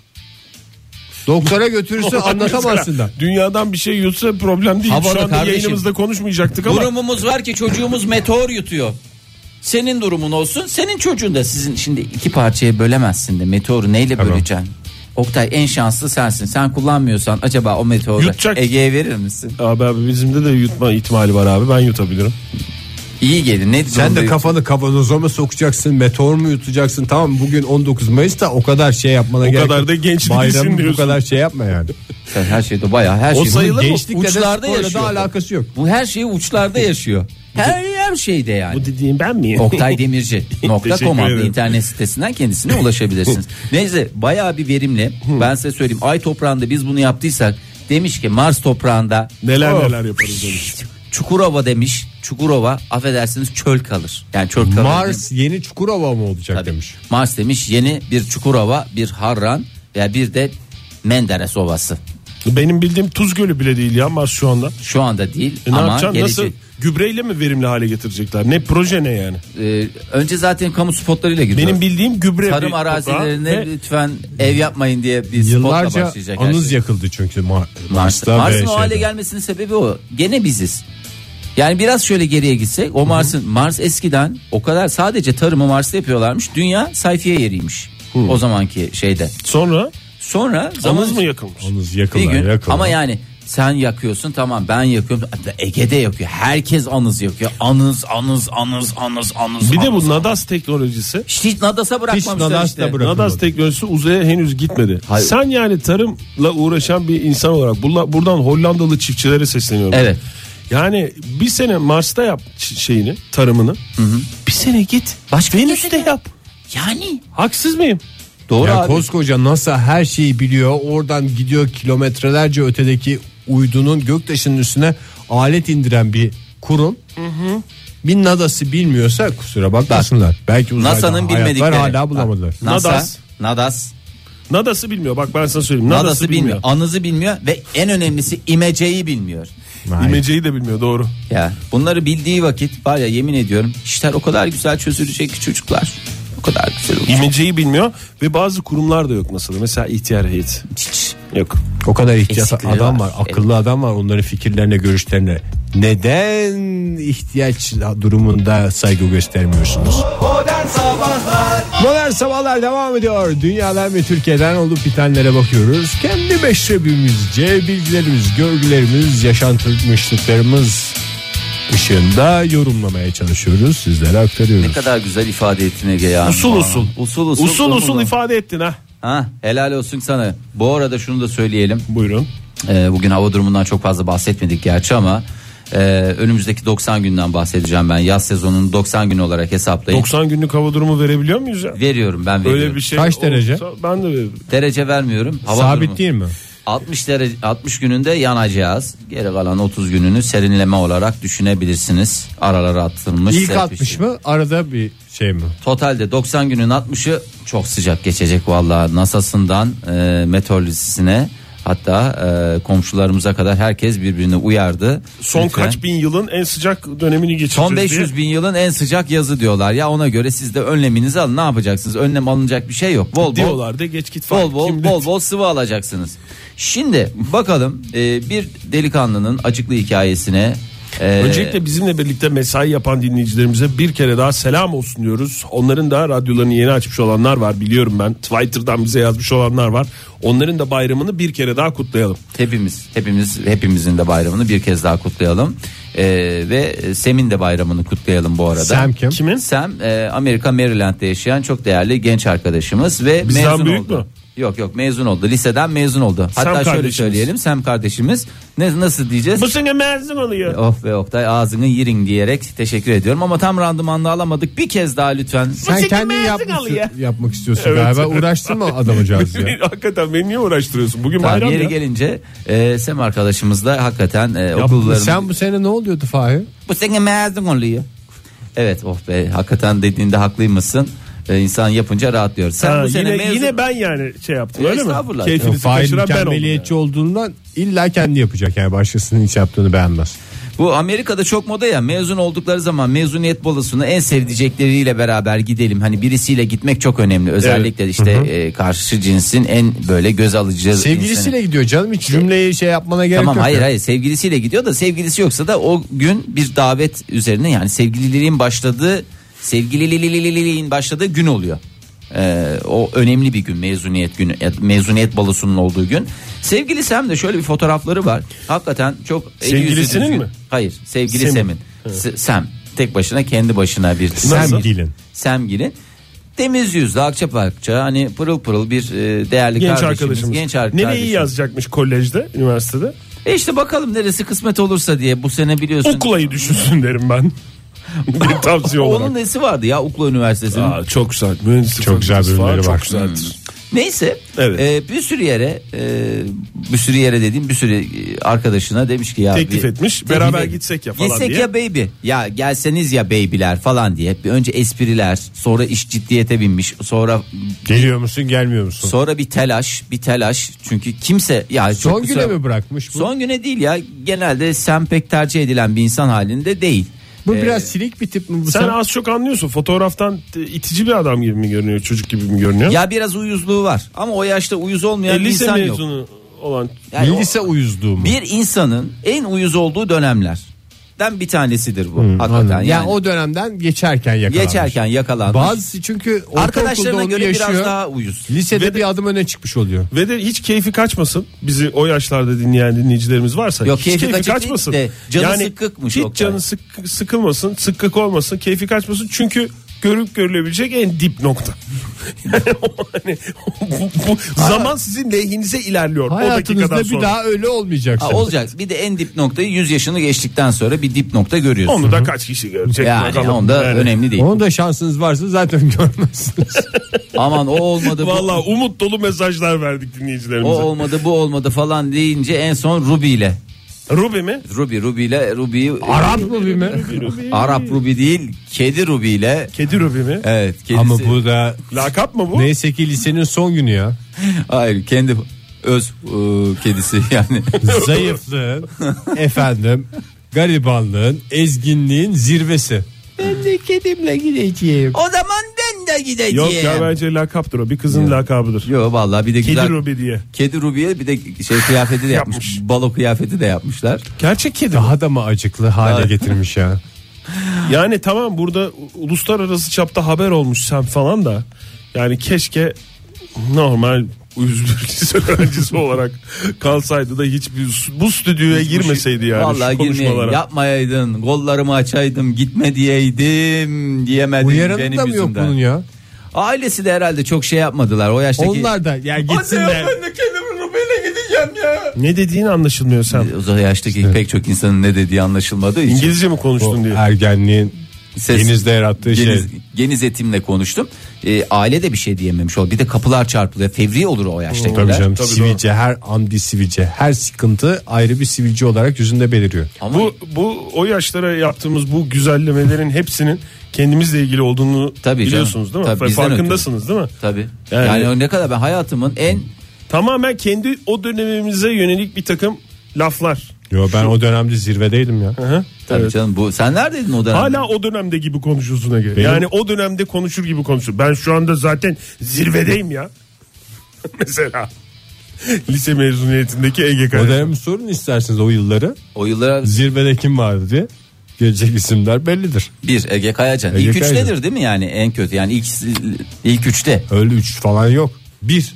Doktora götürürse anlatamazsın da. Dünyadan bir şey yutsa problem değil. Havalı Şu anda kardeşim. yayınımızda konuşmayacaktık ama. Durumumuz var ki çocuğumuz meteor yutuyor. Senin durumun olsun, senin çocuğun da. Sizin şimdi iki parçaya bölemezsin de meteoru neyle Tamam. böleceksin? Oktay en şanslı sensin. Sen kullanmıyorsan acaba o meteoru Yutacak. Ege'ye verir misin? Abi abi bizimde de yutma ihtimali var abi, ben yutabilirim. İyi gelin. Ne Sen de durumda- kafanı kavanoza mı sokacaksın, meteor mu yutacaksın? Tamam, bugün on dokuz Mayıs'ta o kadar şey yapmana O gerek kadar yok. da genç Bayramı değilsin bu diyorsun. kadar şey yapma yani. Sen her şeyde bayağı her O şey. sayılır mı? Gençlikle de Uçlarda sporla yaşıyor. da alakası yok. Bu her şeyi uçlarda yaşıyor. Her her şeyde yani. Bu dediğim ben miyim? Oktay Demirci nokta Teşekkür com adlı ederim. internet sitesinden kendisine ulaşabilirsiniz. Neyse bayağı bir verimli. Ben size söyleyeyim, ay toprağında biz bunu yaptıysak, demiş ki Mars toprağında Neler Oh. neler yaparız demiş. Çukurova demiş. Çukurova affedersiniz çöl kalır. Yani çöl kalır. Mars yeni Çukurova mı olacak Tabii. demiş. Mars demiş yeni bir Çukurova, bir Harran veya bir de Menderes Ovası. Benim bildiğim Tuz Gölü bile değil ya Mars şu anda. Şu anda değil E ne ama yapacaksın? gelecek. Nasıl? Gübreyle mi verimli hale getirecekler? Ne proje ne yani? Ee, önce zaten kamu spotlarıyla gidiyor. Benim bildiğim gübre. Tarım bir arazilerine toprağa ve lütfen ev yapmayın diye bir spotla Yıllarca başlayacak. her anız şey. yakıldı çünkü Mar- Mars'ta. Mars'ta Mars'ın ve o hale şeyde. gelmesinin sebebi o. Gene biziz. Yani biraz şöyle geriye gitsek, o Mars'ın Mars eskiden o kadar sadece tarımı Mars'ta yapıyorlarmış. Dünya sayfiye yeriymiş. O zamanki şeyde. sonra Sonra zaman anız mı yakılmış? Anız bir yakılan gün yakılan. ama yani sen yakıyorsun, tamam ben yakıyorum. Hatta Ege'de yakıyor. Herkes anız yakıyor. Anız anız anız anız anız. Bir de anız. bu Nadas teknolojisi. İşte hiç Nadas'a bırakmamışlar Nadas'ta işte. bırak- Nadas teknolojisi uzaya henüz gitmedi. Hayır. Sen yani tarımla uğraşan bir insan olarak bula- buradan Hollandalı çiftçilere sesleniyorum. Evet. Yani bir sene Mars'ta yap ç- şeyini, tarımını. Bir sene git. Başka Venüs'te gezegen. yap. Yani Haksız mıyım? doğru Ya abi. koskoca NASA her şeyi biliyor. Oradan gidiyor kilometrelerce ötedeki uydunun göktaşının üstüne alet indiren bir kurum. Bir Nadas'ı bilmiyorsa kusura bakmasınlar. Belki uzayda NASA'nın hayat var, bilmedikleri. hala bulamadılar. NASA, Nadas. Nadas. Nadas'ı bilmiyor. Bak ben sana söyleyeyim. Nadas'ı, Nadas'ı bilmiyor. Anızı bilmiyor ve en önemlisi imeceyi bilmiyor. Hayır. İmeceyi de bilmiyor, doğru. Ya bunları bildiği vakit var ya, yemin ediyorum işler o kadar güzel çözülecek ki çocuklar. O kadar güzel olacak. İmeceyi bilmiyor ve bazı kurumlar da yok NASA'da. Mesela ihtiyar heyeti. Hiç. Yok. O kadar ihtiyat Eksikleri adam var. var, akıllı adam var, onların fikirlerine, görüşlerine neden ihtiyaç durumunda saygı göstermiyorsunuz? Modern Sabahlar Modern Sabahlar devam ediyor. Dünyadan ve Türkiye'den olup bitenlere bakıyoruz. Kendi meşrebimizce bilgilerimiz, görgülerimiz, yaşanmışlıklarımız ışığında yorumlamaya çalışıyoruz. Sizlere aktarıyoruz. Ne kadar güzel ifade ettin Ege ya. Usul usul. Usul usul. Usul usul ifade ettin ha. Ha, helal olsun sana. Bu arada şunu da söyleyelim. Buyurun. Ee, bugün hava durumundan çok fazla bahsetmedik gerçi ama e, önümüzdeki doksan günden bahsedeceğim ben. Yaz sezonunun doksan günü olarak hesaplayın. doksan günlük hava durumu verebiliyor muyuz ya? Veriyorum ben veriyorum. Öyle bir şey. Kaç derece? olsa ben de veririm. Derece vermiyorum. Hava Sabit durumu. değil mi? altmış derece altmış gününde yanacağız. Geri kalan otuz gününü serinleme olarak düşünebilirsiniz. Aralara atılmış. İlk serpişti. altmış mı? Arada bir şey mi? Totalde doksan günün altmışı çok sıcak geçecek vallahi. NASA'sından e, meteorolojisine, hatta e, komşularımıza kadar herkes birbirini uyardı. Son Lütfen. kaç bin yılın en sıcak dönemini geçireceğiz Son beş yüz diye. bin yılın en sıcak yazı diyorlar. Ya ona göre siz de önleminizi alın. Ne yapacaksınız? Önlem alınacak bir şey yok. Bol bol Diyorlar da geç git falan. bol bol Kim bol dedi? bol sıvı alacaksınız. Şimdi bakalım, e, bir delikanlının acıklı hikayesine Ee, Öncelikle bizimle birlikte mesai yapan dinleyicilerimize bir kere daha selam olsun diyoruz. Onların da radyolarını yeni açmış olanlar var, biliyorum ben. Twitter'dan bize yazmış olanlar var. Onların da bayramını bir kere daha kutlayalım. Hepimiz, hepimiz, hepimizin de bayramını bir kez daha kutlayalım. Ee, ve Sem'in de bayramını kutlayalım bu arada. Sam kim? Kimin? Sam e, Amerika Maryland'de yaşayan çok değerli genç arkadaşımız ve Bizden mezun büyük oldu. mü? Yok yok mezun oldu. Liseden mezun oldu. Sam Hatta şöyle kardeşimiz. söyleyelim, Sam kardeşimiz. Ne nasıl diyeceğiz? Bu sene mezun oluyor. Oh be Oktay, ağzını yiring diyerek teşekkür ediyorum ama tam randımanlı alamadık. Bir kez daha lütfen. Sen kendin yapmışsın, yapmak istiyorsun Evet. galiba. Uğraştırma adamcağız ya. Hakikaten beni niye uğraştırıyorsun? Bugün Tamam, bayram yeri ya. gelince e, Sem arkadaşımız da hakikaten e, Ya, okullarımız. sen bu sene ne oluyordu Fahir? Bu sene mezun oluyor. Evet, oh be, hakikaten dediğinde haklıymışsın. Ee, insan yapınca rahatlıyor. Sen Ha, bu sene yine, mezun... yine ben yani şey yaptım, öyle mi? Estağfurullah. Keyfinizi Fahir kaçıran ben oldum. mükemmeliyetçi olduğundan illa kendi yapacak, yani başkasının hiç yaptığını beğenmez. Bu Amerika'da çok moda ya, mezun oldukları zaman mezuniyet balosuna en sevdicekleriyle beraber gidelim. Hani birisiyle gitmek çok önemli. Özellikle işte e, karşı cinsin en böyle göz alıcı Sevgilisiyle insanı. gidiyor canım, hiç cümleyi şey yapmana gerek Tamam, yok. hayır ya. hayır sevgilisiyle gidiyor da sevgilisi yoksa da o gün bir davet üzerine, yani sevgililiğin başladığı sevgililiğin başladığı gün oluyor. Ee, o önemli bir gün, mezuniyet günü, mezuniyet balosunun olduğu gün. Sevgili Sam de şöyle bir fotoğrafları var. Hakikaten çok eli yüzü Sevgilisinin düzgün. mi? Hayır, sevgili Sem'in. Sam'in. S- Sam tek başına, kendi başına bir Sam Gil'in. Sam Gil'in. Temiz yüzlü, akça parça, hani pırıl pırıl bir e, değerli Genç kardeşimiz. arkadaşımız. Genç Nereyi arkadaşımız. yazacakmış kolejde, üniversitede? E işte bakalım neresi kısmet olursa diye, bu sene biliyorsun. Uklayı düşünsün derim ben. Bir tavsiye olarak. Onun nesi vardı ya Ukla Üniversitesi'nin? Aa, çok güzel. Mühendislik Çok güzel fakültesi bölümleri falan var. Çok güzeldir. Neyse, Evet. e, bir sürü yere e, bir sürü yere dediğim bir sürü e, arkadaşına demiş ki ya Teklif bir- etmiş, teklif beraber et- gitsek ya falan gitsek diye. ya baby, ya gelseniz ya babyler falan diye. Bir önce espriler, sonra iş ciddiyete binmiş, sonra Geliyor musun gelmiyor musun? sonra bir telaş bir telaş çünkü kimse ya Son çok güne kısa- mi bırakmış bu? son güne değil ya, genelde Sam pek tercih edilen bir insan halinde değil. Bu Ee, biraz silik bir tip mi bu? Sen Sam? az çok anlıyorsun. Fotoğraftan e, itici bir adam gibi mi görünüyor? Çocuk gibi mi görünüyor? Ya biraz uyuzluğu var ama o yaşta uyuz olmayan E, bir lise insan yok. mezunu olan. Yani o- Lise uyuzluğu mu? bir insanın en uyuz olduğu dönemlerden bir tanesidir bu. Hakikaten Anladım. yani. Yani o dönemden geçerken yakalanmış. Geçerken yakalanmış. Bazısı çünkü ortaokulda Arkadaşlarına onu göre yaşıyor. biraz daha uyuz. Lisede Ve de- bir adım öne çıkmış oluyor. Ve de hiç keyfi kaçmasın. Bizi o yaşlarda dinleyen dinleyicilerimiz varsa. Yok, hiç keyfi keyfi, kaçık kaçmasın. değil de canı sıkkıkmış Hiç Oktay. canı sık, sıkılmasın, sıkkık olmasın, keyfi kaçmasın. Çünkü görüp görülebilecek en dip nokta. Yani o, hani, bu, bu zaman sizin lehinize ilerliyor. O dakikadan Hayatınızda sonra. bir daha öyle olmayacaksınız. Ha, olacak. Bir de en dip noktayı yüz yaşını geçtikten sonra bir dip nokta görüyorsun. Onu da kaç kişi görecek? yani bakalım. onda Yani. önemli değil. Onun da şansınız varsa zaten görmezsiniz. Aman o olmadı bu. Vallahi umut dolu mesajlar verdik O dinleyicilerimize. olmadı bu olmadı falan deyince en son Ruby ile. Ruby mi? Ruby Ruby ile Ruby. Arap mı bir mi? Arap Ruby değil, kedi Ruby ile. Kedi Ruby mi? Evet, kedisi. Ama bu da Lakap mı bu? neyse ki lisenin son günü ya. Hayır, kendi öz e, kedisi yani. Zayıflığın, efendim, garibanlığın, ezginliğin zirvesi. Ben de kedimle gideceğim. O zaman ben de gideceğim. Yok ya, bence lakaptır o. Bir kızın lakabıdır. Yok vallahi bir de Kedi güzel. Ruby diye. Kedi Ruby'ye bir de şey kıyafeti de yapmış. Yapmış. Balo kıyafeti de yapmışlar. Gerçek kedi. Daha da mı acıklı hale Evet. getirmiş ya. Yani tamam, burada uluslararası çapta haber olmuş sen falan da. Yani keşke normal uyuz bir lise öğrencisi olarak kalsaydı da hiçbir bu stüdyoya girmeseydi yani Vallahi şu girmeye konuşmalara. yapmayaydın. Kollarımı açaydım, gitme diyeydim diyemedim benim Uyarında mı yok yüzümden. bunun ya? Ailesi de herhalde çok şey yapmadılar. O yaştaki Onlar da yani gitsinler. de kendimin Ruby'yle gideceğim ya. Ne dediğin anlaşılmıyor sen. o yaştaki pek çok insanın ne dediği anlaşılmadığı için. İngilizce mi konuştun O diye. ergenliğin Ses- denizde yarattığı şey. Geniz, geniz etimle konuştum. Ee, aile de bir şey diyememiş oldu. Bir de kapılar çarpılıyor. Fevri olur o yaştakiler. Tabii canım, Tabii sivilce, her an bir sivilce, her sıkıntı ayrı bir sivilce olarak yüzünde beliriyor. Ama Bu bu o yaşlara yaptığımız bu güzellemelerin hepsinin kendimizle ilgili olduğunu Tabii canım. biliyorsunuz değil mi? Tabii, bizden Farkındasınız değil mi? tabii. Yani- Yani, o ne kadar ben hayatımın en Tamamen kendi o dönemimize yönelik bir takım laflar. Yo, ben o dönemde zirvedeydim ya. Hı hı. tabii Evet. canım bu sen neredeydin o dönemde? Hala o dönemde gibi konuşuyorsun Ege. Benim- Yani o dönemde konuşur gibi konuşur. Ben şu anda zaten zirvedeyim ya. Mesela. Lise mezuniyetindeki Ege O Kayacan. dönem sorun isterseniz o yılları. O yıllara Zirvede kim vardı diye. Gelecek isimler bellidir. bir Ege Kayacan. Ege İlk Kayacan. üçtedir değil mi yani en kötü yani ilk ilk üçte. Öyle üç falan yok. Bir.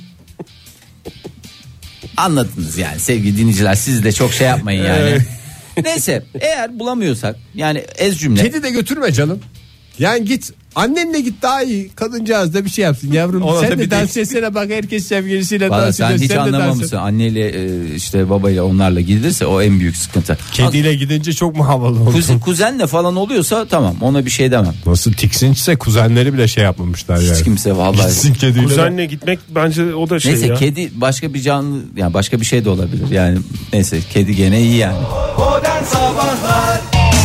Anladınız yani sevgili dinleyiciler, siz de çok şey yapmayın yani. Neyse, eğer bulamıyorsak yani ez cümle. Kedi de götürme canım. Yani git annenle git daha iyi. Kadıncağız da bir şey yapsın yavrum. Ona sen da de bir dans de- etsene bak, herkes sevgilisiyle Valla dans sen ediyor. hiç Sen de dans et. anlamamışsın. Anneyle e, işte babayla onlarla gidilirse o en büyük sıkıntı. Kediyle gidince çok mu havalı oldu? Kuzen, kuzenle falan oluyorsa tamam, ona bir şey demem. Nasıl tiksinçse kuzenleri bile şey yapmamışlar yani. Hiç kimse vallahi. Gitsin kediyle. Kuzenle gitmek bence o da şey Neyse ya. kedi başka bir canlı yani başka bir şey de olabilir yani, neyse kedi gene iyi yani. Modern Sabahlar.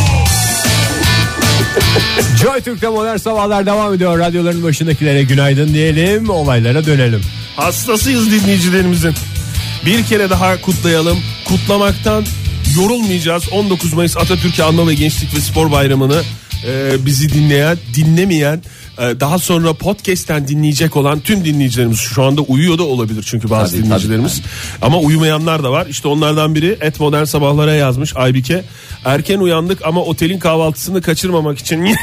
Joy Türk'te modern sabahlar devam ediyor. Radyoların başındakilere günaydın diyelim. Olaylara dönelim. Hastasıyız dinleyicilerimizin. Bir kere daha kutlayalım. Kutlamaktan yorulmayacağız. on dokuz Mayıs Atatürk'ü Anma ve Gençlik ve Spor Bayramı'nı e, bizi dinleyen, dinlemeyen, e, daha sonra podcast'ten dinleyecek olan tüm dinleyicilerimiz, şu anda uyuyor da olabilir çünkü bazı Tabii, dinleyicilerimiz. tabii. Ama uyumayanlar da var. İşte onlardan biri Et Modern Sabahlara yazmış Aybike. Erken uyandık ama otelin kahvaltısını kaçırmamak için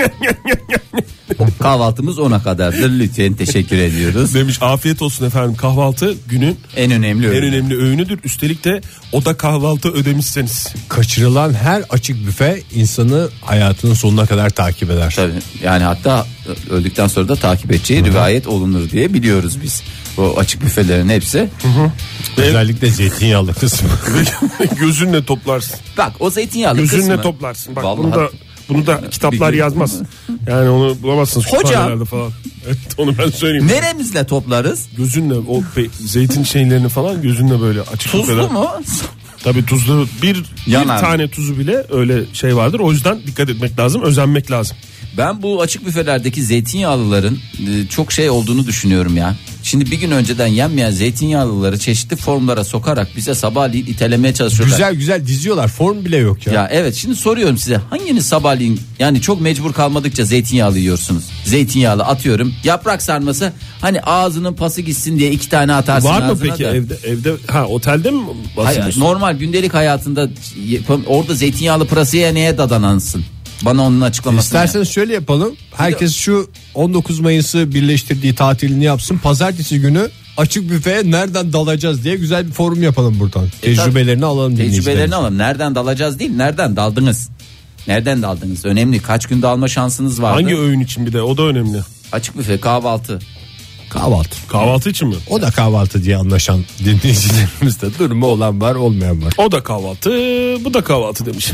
Kahvaltımız ona kadardır, lütfen teşekkür ediyoruz. demiş. Afiyet olsun efendim, kahvaltı günün En önemli en öğün. önemli öğünüdür. Üstelik de o da kahvaltı ödemişseniz. Kaçırılan her açık büfe insanı hayatının sonuna kadar takip eder. Tabii yani hatta öldükten sonra da takip edeceği rivayet olunur diye biliyoruz biz. O açık büfelerin hepsi. Özellikle zeytinyağlı kısmı. Gözünle toplarsın. Bak o zeytinyağlı Gözünle kısmı. toplarsın. Bak Vallahi- bunu da bunu da kitaplar Bir- yazmaz. Yani onu bulamazsınız Hocam- kütüphanelerde falan. Evet, onu ben söyleyeyim. Neremizle toplarız? Gözünle o pe- zeytin şeylerini falan gözünle böyle açık Tuzlu büfeler. mu? Tabii tuzlu bir, Yanar. bir tane tuzu bile öyle şey vardır. O yüzden dikkat etmek lazım, özenmek lazım. Ben bu açık büfelerdeki zeytinyağlıların e, çok şey olduğunu düşünüyorum ya. Şimdi bir gün önceden yenmeyen zeytinyağlıları çeşitli formlara sokarak bize sabahleyin itelemeye çalışıyorlar. Güzel güzel diziyorlar. Form bile yok ya. Ya evet, şimdi soruyorum size, hanginiz sabahleyin yani çok mecbur kalmadıkça zeytinyağlı yiyorsunuz? Zeytinyağlı atıyorum, yaprak sarması, hani ağzının pası gitsin diye iki tane atarsın Var mı ağzına peki da. evde evde ha otelde mi Hayır, bahsediyorsun? normal gündelik hayatında orada zeytinyağlı pırasaya neye dadanansın? Bana onun açıklamasını. İsterseniz şöyle yapalım. Herkes şu on dokuz Mayıs'ı birleştirdiği tatilini yapsın. Pazartesi günü açık büfeye nereden dalacağız diye güzel bir forum yapalım buradan. E, Tecrübelerini alalım. Tecrübelerini dinleyicilerimiz. alalım. Nereden dalacağız değil, nereden daldınız? Nereden daldınız? Önemli. Kaç gün dalma şansınız vardı? Hangi öğün için, bir de o da önemli. Açık büfe, kahvaltı. Kahvaltı. Kahvaltı için mi? O da kahvaltı diye anlaşan dinleyicilerimiz de durumu olan var, olmayan var. O da kahvaltı, bu da kahvaltı demiş.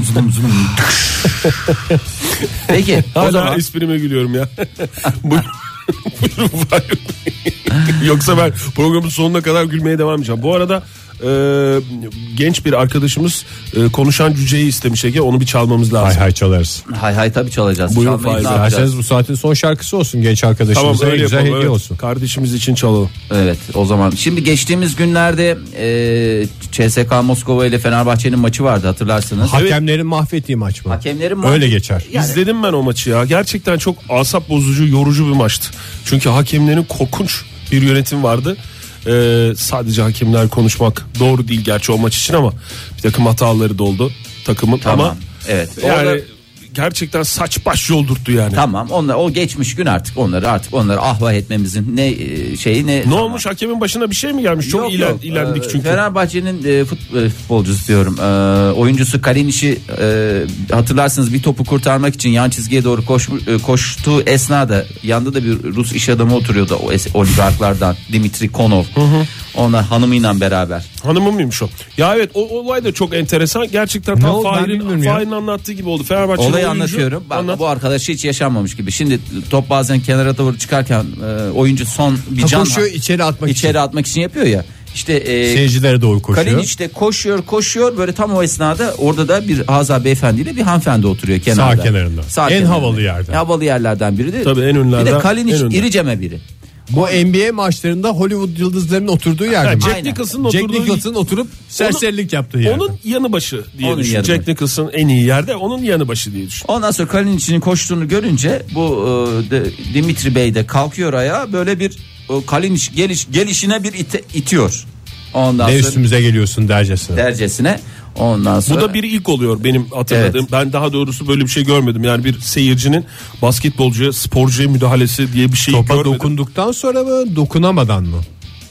Peki o Hala zaman esprime gülüyorum ya. Buyurun. Buyurun, Fahir Bey. Yoksa ben programın sonuna kadar gülmeye devam edeceğim. Bu arada e, genç bir arkadaşımız e, konuşan cüceyi istemiş Ege. Onu bir çalmamız lazım. Hay hay çalarız. hay hay tabii çalacağız. Buyurun Çalmayı Faiz, ne yapacağız? İsterseniz bu saatin son şarkısı olsun genç Tamam, arkadaşımıza. öyle güzel yapalım. hediye Evet. olsun. Kardeşimiz için çalalım. Evet, o zaman şimdi geçtiğimiz günlerde e, C S K A Moskova ile Fenerbahçe'nin maçı vardı, hatırlarsınız. Hakemlerin mahvettiği maç mı? Hakemlerin ma- Öyle geçer. Yani- İzledim ben o maçı ya. Gerçekten çok asap bozucu, yorucu bir maçtı. Çünkü hakemlerin korkunç bir yönetim vardı. Ee, sadece hakemler konuşmak doğru değil gerçi o maç için, ama bir takım hataları da oldu takımın. Tamam. Ama Evet. yani Orada- gerçekten saç baş yoldurttu yani. Tamam, onlar o geçmiş gün, artık onları artık onları ahvah etmemizin ne e, şeyi ne Ne tamam. olmuş, hakemin başına bir şey mi gelmiş? Çok Yok, ilen, yok. ilendik Ee, çünkü. Fenerbahçe'nin e, fut- e, futbolcusu diyorum, e, oyuncusu Kalinic'i e, hatırlarsınız, bir topu kurtarmak için yan çizgiye doğru koş, e, koştuğu esnada yanında da bir Rus iş adamı oturuyordu, o es- oligarklardan Dimitri Konov. Onlar hanımıyla beraber. Hanımı mıymış o? Ya evet, o olay da çok enteresan. Gerçekten Ne tam oldu, ben Fahir'in, bilmiyorum ya. Fahir'in anlattığı gibi oldu. Fenerbahçe'nin Olayı oyuncu- anlatıyorum. Bak, Anlat. bu arkadaş hiç yaşanmamış gibi. Şimdi top bazen kenara doğru çıkarken e, oyuncu son bir Ha, can koşuyor içeri atmak içeri için. atmak için yapıyor ya. İşte e, Seyircilere doğru koşuyor. Kalinic de koşuyor koşuyor, böyle tam o esnada orada da bir Hazar beyefendiyle bir hanımefendi oturuyor kenarda. Sağ kenarında. En kenarında. havalı yerden. Havalı yerlerden biri de. Tabii en Bir önlerden, de en Kalinic önde. iriceme biri. Bu N B A maçlarında Hollywood yıldızlarının oturduğu yerde mi? Jack Aynen. Nicholson'ın Jack oturduğu Nicholson oturup serserilik yaptığı yerde. Onun yanı başı diye Onun düşün. yanı Jack başı. Nicholson en iyi yerde, onun yanı başı diye düşün. Ondan sonra Kalinic'in koştuğunu görünce bu e, de, Dimitri Bey de kalkıyor ayağa, böyle bir o Kalinic geliş, gelişine bir ite, itiyor. Ondan Ne sonra üstümüze geliyorsun dercesine. dercesine. Ondan sonra Bu da bir ilk oluyor benim hatırladığım. Evet. Ben daha doğrusu böyle bir şey görmedim. Yani bir seyircinin basketbolcuya, sporcuya müdahalesi diye bir şey Topa görmedim. dokunduktan sonra mı, dokunamadan mı?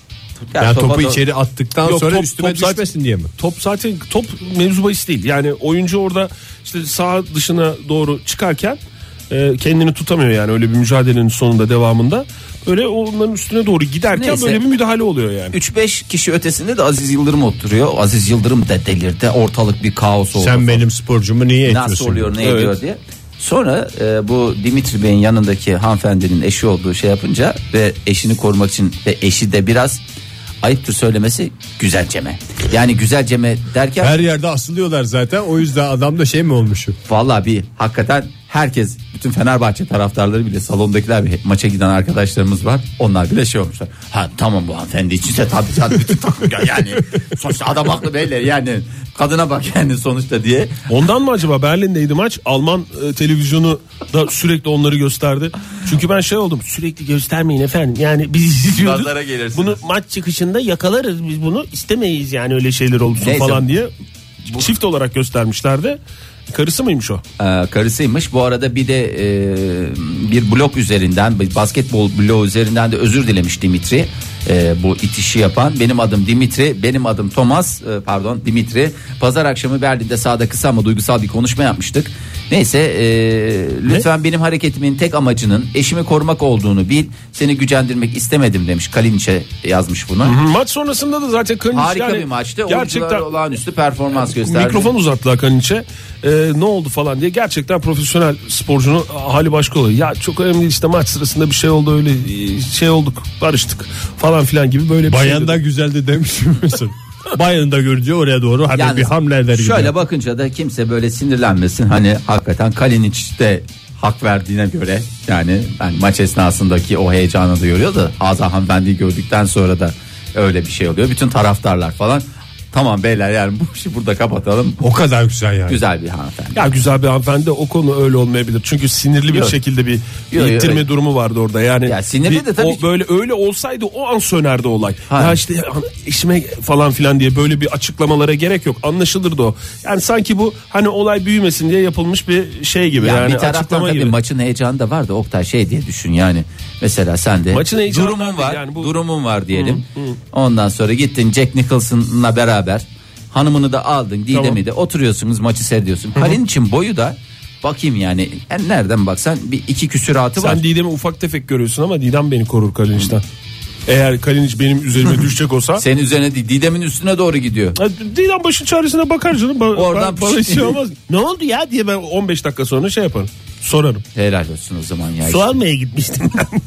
Ya Yani topa topu do- içeri attıktan Yok, sonra top- üstüme top zaten- düşmesin diye mi? Top zaten top mevzu bahis değil. Yani oyuncu orada işte sağ dışına doğru çıkarken e, kendini tutamıyor yani öyle bir mücadelenin sonunda devamında. Öyle onların üstüne doğru giderken Neyse. böyle bir müdahale oluyor yani. üç beş kişi ötesinde de Aziz Yıldırım oturuyor. Aziz Yıldırım da delirdi. Ortalık bir kaos oldu. Sen benim sporcumu niye nasıl etiyorsun? oluyor, ne Evet. ediyor diye. Sonra e, bu Dimitri Bey'in yanındaki hanımefendinin eşi olduğu şey yapınca ve eşini korumak için ve eşi de biraz ayıptır söylemesi güzelceme. Yani güzelceme derken Her yerde asılıyorlar zaten, o yüzden adam da şey mi olmuş? vallahi bir hakikaten herkes, bütün Fenerbahçe taraftarları bile, salondakiler bir maça giden arkadaşlarımız var. Onlar bile şey olmuşlar. Ha tamam, bu hanımefendi içinse tabii tabii bütün takım yani sonuçta adam haklı beyler yani kadına bak yani sonuçta diye. Ondan mı acaba Berlin'deydi maç? Alman e, televizyonu da sürekli onları gösterdi. Çünkü ben şey oldum. Sürekli göstermeyin efendim. Yani biz izliyorduk. Nazara gelirsiniz. Bunu maç çıkışında yakalarız. Biz bunu istemeyiz yani öyle şeyler olsun Neyse. falan diye. Çift olarak göstermişlerdi. Karısı mıymış o? Ee, karısıymış. Bu arada bir de e, bir blog üzerinden, bir basketbol bloğu üzerinden de özür dilemiş Dimitri. E, bu itişi yapan. Benim adım Dimitri, benim adım Thomas, e, pardon Dimitri. Pazar akşamı Berlin'de sahada kısa ama duygusal bir konuşma yapmıştık. Neyse e, lütfen benim hareketimin tek amacının eşimi korumak olduğunu bil. Seni gücendirmek istemedim demiş. Kaliniç'e yazmış bunu. Maç sonrasında da zaten Kalinic Harika yani bir maçtı. gerçekten Oyuncular olağanüstü performans gösterdi. mikrofon uzattılar Kalinic'e. Ee, ne oldu falan diye. Gerçekten profesyonel sporcunun hali başka oluyor. Ya çok önemli işte, maç sırasında bir şey oldu, öyle şey olduk, barıştık falan filan gibi böyle bir Bayan şey. da güzeldi demiş misin? Bayanı da görünce oraya doğru hadi Yalnız bir hamle eder gibi. şöyle bakınca da kimse böyle sinirlenmesin. Hani hakikaten Kalinic de hak verdiğine göre, yani ben maç esnasındaki o heyecanı da görüyor da Azah hanımefendiyi gördükten sonra da öyle bir şey oluyor. Bütün taraftarlar falan. Tamam beyler, yani bu işi burada kapatalım. O kadar güzel yani. Güzel bir hanımefendi. Ya güzel bir hanımefendi, o konu öyle olmayabilir. Çünkü sinirli bir Yok. şekilde bir Yok, yok, ittirme yok. durumu vardı orada. Yani Ya sinirli bir- de tabii o ki. böyle öyle olsaydı o an sönerdi olay. Ha. Ya işte eşime falan filan diye böyle bir açıklamalara gerek yok. Anlaşılırdı o. Yani sanki bu hani olay büyümesin diye yapılmış bir şey gibi. Ya yani bir taraftan açıklama tabii gibi. maçın heyecanı da var da Oktay, şey diye düşün yani. Mesela sen de Maçın heyecanı durumun değil var. yani bu- Durumun var diyelim. Ondan sonra gittin Jack Nicholson'la beraber hanımını da aldın, Didem'i Tamam. de, oturuyorsunuz maçı seyrediyorsun. Kalinic'in boyu da bakayım yani en nereden baksan bir iki küsuratı var. Sen Didem'i ufak tefek görüyorsun ama Didem beni korur Kalinic'ten. Eğer Kalinic benim üzerime düşecek olsa. Senin üzerine değil, Didem'in üstüne doğru gidiyor. Ha, Didem başın çaresine bakar canım. Ba- Oradan ba- bana şey olmaz. Ne oldu ya diye ben on beş dakika sonra şey yaparım. Sorarım. Helal olsun o zaman ya. Su almaya gitmiştim ben.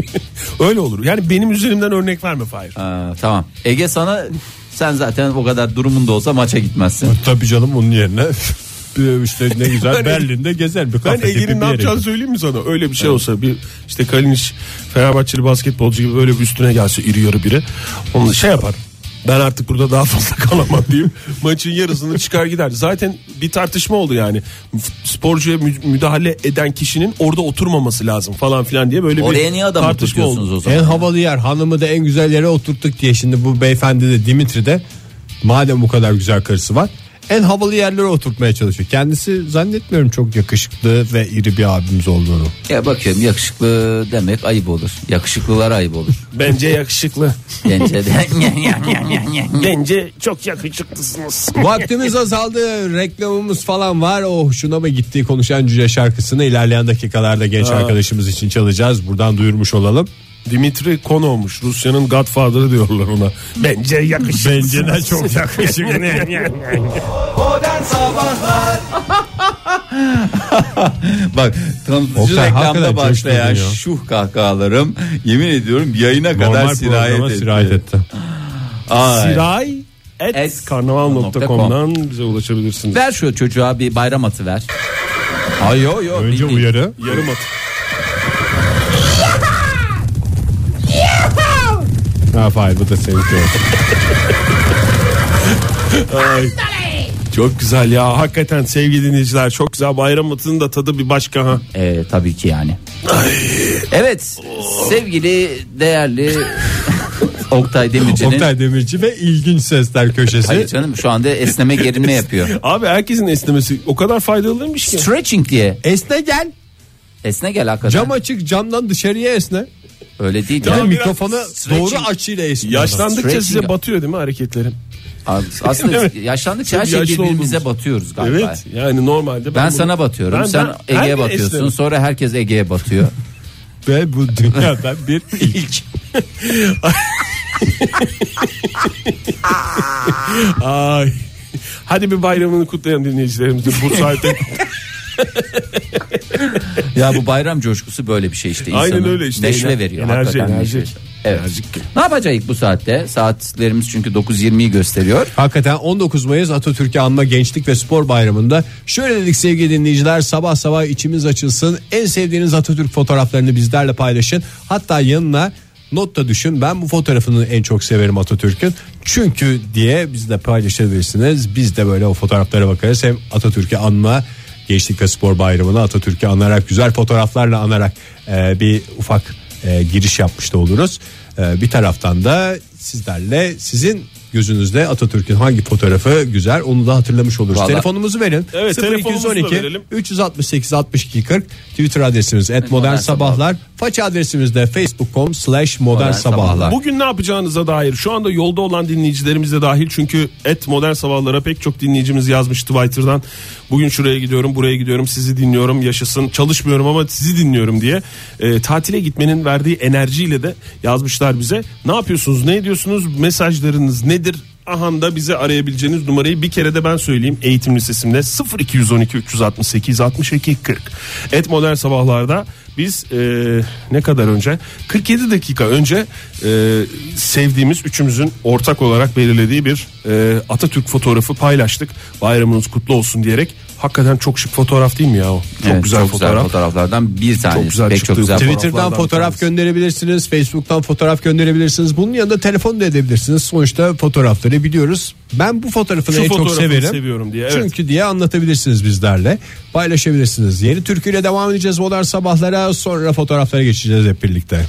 Öyle olur. Yani benim üzerimden örnek verme Fahir. Aa, tamam. Ege sana, sen zaten o kadar durumun da olsa maça gitmezsin. Tabii canım, onun yerine bir işte ne güzel Berlin'de gezer bir Ben kafe tipi bir Ege'nin ne yere yapacağını söyleyeyim mi sana? Öyle bir şey olsa, bir işte Kalinic Fenerbahçeli basketbolcu gibi böyle bir üstüne gelse iri yarı biri, onu şey yapar. Ben artık burada daha fazla kalamam diyeyim. Maçın yarısını çıkar gider. Zaten bir tartışma oldu yani. Sporcuya mü- müdahale eden kişinin orada oturmaması lazım falan filan diye böyle Oraya bir niye adamı tartışma tutuyorsunuz oldu. o zaman? En havalı yer, hanımı da en güzel yere oturttuk diye şimdi bu beyefendi de Dimitri de, madem bu kadar güzel karısı var, en havalı yerlere oturtmaya çalışıyor. Kendisi zannetmiyorum çok yakışıklı ve iri bir abimiz olduğunu. Ya bakıyorum, yakışıklı demek ayıp olur. Yakışıklılar ayıp olur. Bence yakışıklı. Gence de. Bence çok yakışıklısınız. Vaktimiz azaldı, reklamımız falan var. O hoşuna mı gitti konuşan cüce şarkısını ilerleyen dakikalarda genç Ha. arkadaşımız için çalacağız. Buradan duyurmuş olalım. Dimitri Konov'muş. Rusya'nın Godfather'ı diyorlar ona. Bence yakışıklı. Bence de çok yakışıklı. Modern Sabahlar Bak, tanıtıcı Oktay, hakikaten reklamda başlayan coşturdun ya. şuh kahkahalarım yemin ediyorum yayına kadar Normal sirayet programa etti. sirayet etti. Ay. Siray Et et karnaval nokta com'dan bize ulaşabilirsiniz. Ver şu çocuğa bir bayram atı ver. Ay yo yo. Önce bildiğin- uyarı. Yarım at. Ha Fahir, bu da seninki. Ay. Çok güzel ya, hakikaten sevgili dinleyiciler, çok güzel. Bayram atının da tadı bir başka ha. Ee, tabii ki yani. Evet sevgili değerli Oktay Demirci'nin. Oktay Demirci ve ilginç sesler köşesi. Hayır canım, şu anda esneme gerilme yapıyor. Abi herkesin esnemesi o kadar faydalıymış ki. Stretching diye. Esne gel. Esne gel hakikaten. Cam açık, camdan dışarıya esne. Öyle değil. Ya Ya. mikrofonu Stretching. doğru açıyla esne. Yaşlandıkça Stretching size ya. batıyor değil mi hareketlerim? Aslında yaşlandıkça her Çok şey yaşlı birbirimize olduğumuz. batıyoruz galiba. Evet yani normalde. Ben, Ben bunu- sana batıyorum. Ben- sen ben- Ege'ye her bir batıyorsun. esnerim. Sonra herkes Ege'ye batıyor. Ve bu dünyadan bir ilk. Ay. Hadi bir bayramını kutlayalım dinleyicilerimizin bu saatte. Ya bu bayram coşkusu böyle bir şey işte. Aynen insana öyle işte. Neşve Ener- veriyor. enerji, hakikaten enerji. neşve. Evet. Enerjik. Ne yapacağız bu saatte? Saatlerimiz çünkü dokuz yirmiyi gösteriyor. Hakikaten on dokuz Mayıs Atatürk'ü anma Gençlik ve Spor Bayramı'nda şöyle dedik sevgili dinleyiciler, sabah sabah içimiz açılsın, en sevdiğiniz Atatürk fotoğraflarını bizlerle paylaşın, hatta yanına not da düşün, ben bu fotoğrafını en çok severim Atatürk'ün çünkü diye bizle paylaşabilirsiniz. Biz de böyle o fotoğraflara bakarız, hem Atatürk'ü anma Gençlik ve Spor Bayramı'nı Atatürk'ü anarak, güzel fotoğraflarla anarak e, bir ufak e, giriş yapmış da oluruz. E, bir taraftan da sizlerle sizin gözünüzde Atatürk'ün hangi fotoğrafı güzel onu da hatırlamış oluruz. Vallahi- Telefonumuzu verin. Evet, telefonumuzu da verelim. üç altı sekiz altmış iki kırk Twitter adresimiz et modern sabahlar. Faça adresimiz de facebook nokta com slash modern sabahlar. Bugün ne yapacağınıza dair şu anda yolda olan dinleyicilerimiz de dahil, çünkü et modern sabahlara pek çok dinleyicimiz yazmış Twitter'dan. Bugün şuraya gidiyorum, buraya gidiyorum, sizi dinliyorum, yaşasın, çalışmıyorum ama sizi dinliyorum diye. E, tatile gitmenin verdiği enerjiyle de yazmışlar bize. Ne yapıyorsunuz, ne ediyorsunuz, mesajlarınız nedir? Aha da bize arayabileceğiniz numarayı bir kere de ben söyleyeyim. Eğitim Lisesi'nde sıfır iki on iki üç altı sekiz altmış iki kırk. Et modern sabahlarda biz e, ne kadar önce kırk yedi dakika önce e, sevdiğimiz, üçümüzün ortak olarak belirlediği bir e, Atatürk fotoğrafı paylaştık. Bayramınız kutlu olsun diyerek. Hakikaten çok şık fotoğraf değil mi ya o? Çok Evet, güzel çok fotoğraf. güzel fotoğraflardan bir tanesi. güzel Pek çıktı. çok güzel Twitter'dan fotoğraflardan fotoğraf bir tanesi. gönderebilirsiniz, Facebook'tan fotoğraf gönderebilirsiniz. Bunun yanında telefon da edebilirsiniz. Sonuçta fotoğrafları biliyoruz. Ben bu fotoğrafını Şu en çok fotoğrafını severim. seviyorum diye, evet. Çünkü diye anlatabilirsiniz bizlerle. Paylaşabilirsiniz. Yeni türküyle devam edeceğiz modern sabahlara. Sonra fotoğraflara geçeceğiz hep birlikte.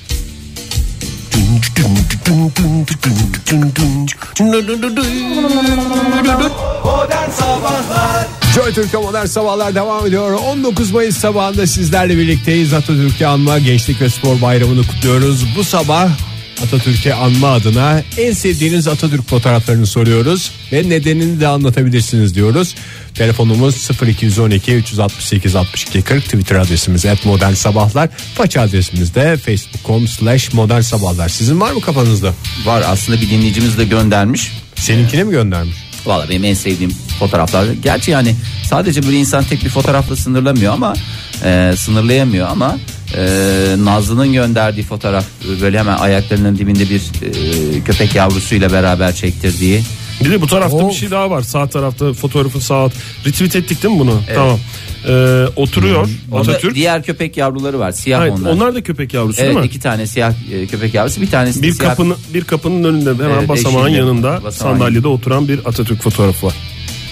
Modern Sabahlar Joy Türk'te modern sabahlar devam ediyor. on dokuz Mayıs sabahında sizlerle birlikteyiz. Atatürk'ü anma Gençlik ve Spor Bayramı'nı kutluyoruz. Bu sabah Atatürk'ü anma adına en sevdiğiniz Atatürk fotoğraflarını soruyoruz ve nedenini de anlatabilirsiniz diyoruz. Telefonumuz sıfır iki on iki üç altı sekiz altmış iki kırk. Twitter adresimiz et modern sabahlar. Faça adresimiz de facebook nokta com slash modern sabahlar. Sizin var mı kafanızda? Var, aslında bir dinleyicimiz de göndermiş. Seninkine mi göndermiş? Valla benim en sevdiğim fotoğraflar. Gerçi yani sadece bir insan tek bir fotoğrafla sınırlamıyor ama e, sınırlayamıyor ama e, Nazlı'nın gönderdiği fotoğraf böyle hemen ayaklarının dibinde bir e, köpek yavrusuyla beraber çektirdiği. Bir de bu tarafta O- bir şey daha var. Sağ tarafta fotoğrafın sağ alt. Retweet ettik değil mi bunu? Tamam. Ee, oturuyor Onda Atatürk. diğer köpek yavruları var, siyah Hayır, onlar. onlar da köpek yavrusu Evet, değil mi? iki tane siyah e, köpek yavrusu, bir tanesi de Bir siyah. kapının bir kapının önünde hemen Evet, basamağın eşiğinde, yanında basamağın sandalyede oturan bir Atatürk fotoğrafı var.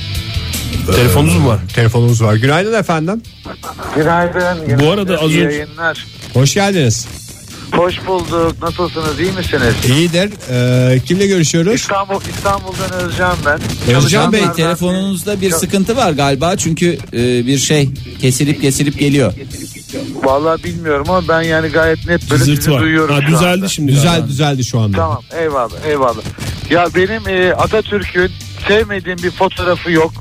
Telefonunuz mu var? Telefonumuz var. Günaydın efendim. Günaydın. günaydın. Bu arada az İyi önce- yayınlar. Hoş geldiniz. Hoş bulduk. Nasılsınız? İyi misiniz? İyidir. Ee, kimle görüşüyoruz? İstanbul İstanbul'dan Özcan ben. Özcan Bey, Bey, Çalışanlardan- telefonunuzda bir Çok- sıkıntı var galiba çünkü e, bir şey kesilip kesilip geliyor. Vallahi bilmiyorum ama ben yani gayet net böyle Zırt sizi var. duyuyorum. Ha, şu düzeldi anda. şimdi. Düzel galiba. düzeldi şu anda. Tamam, eyvallah eyvallah. Ya benim e, Atatürk'ün sevmediğim bir fotoğrafı yok.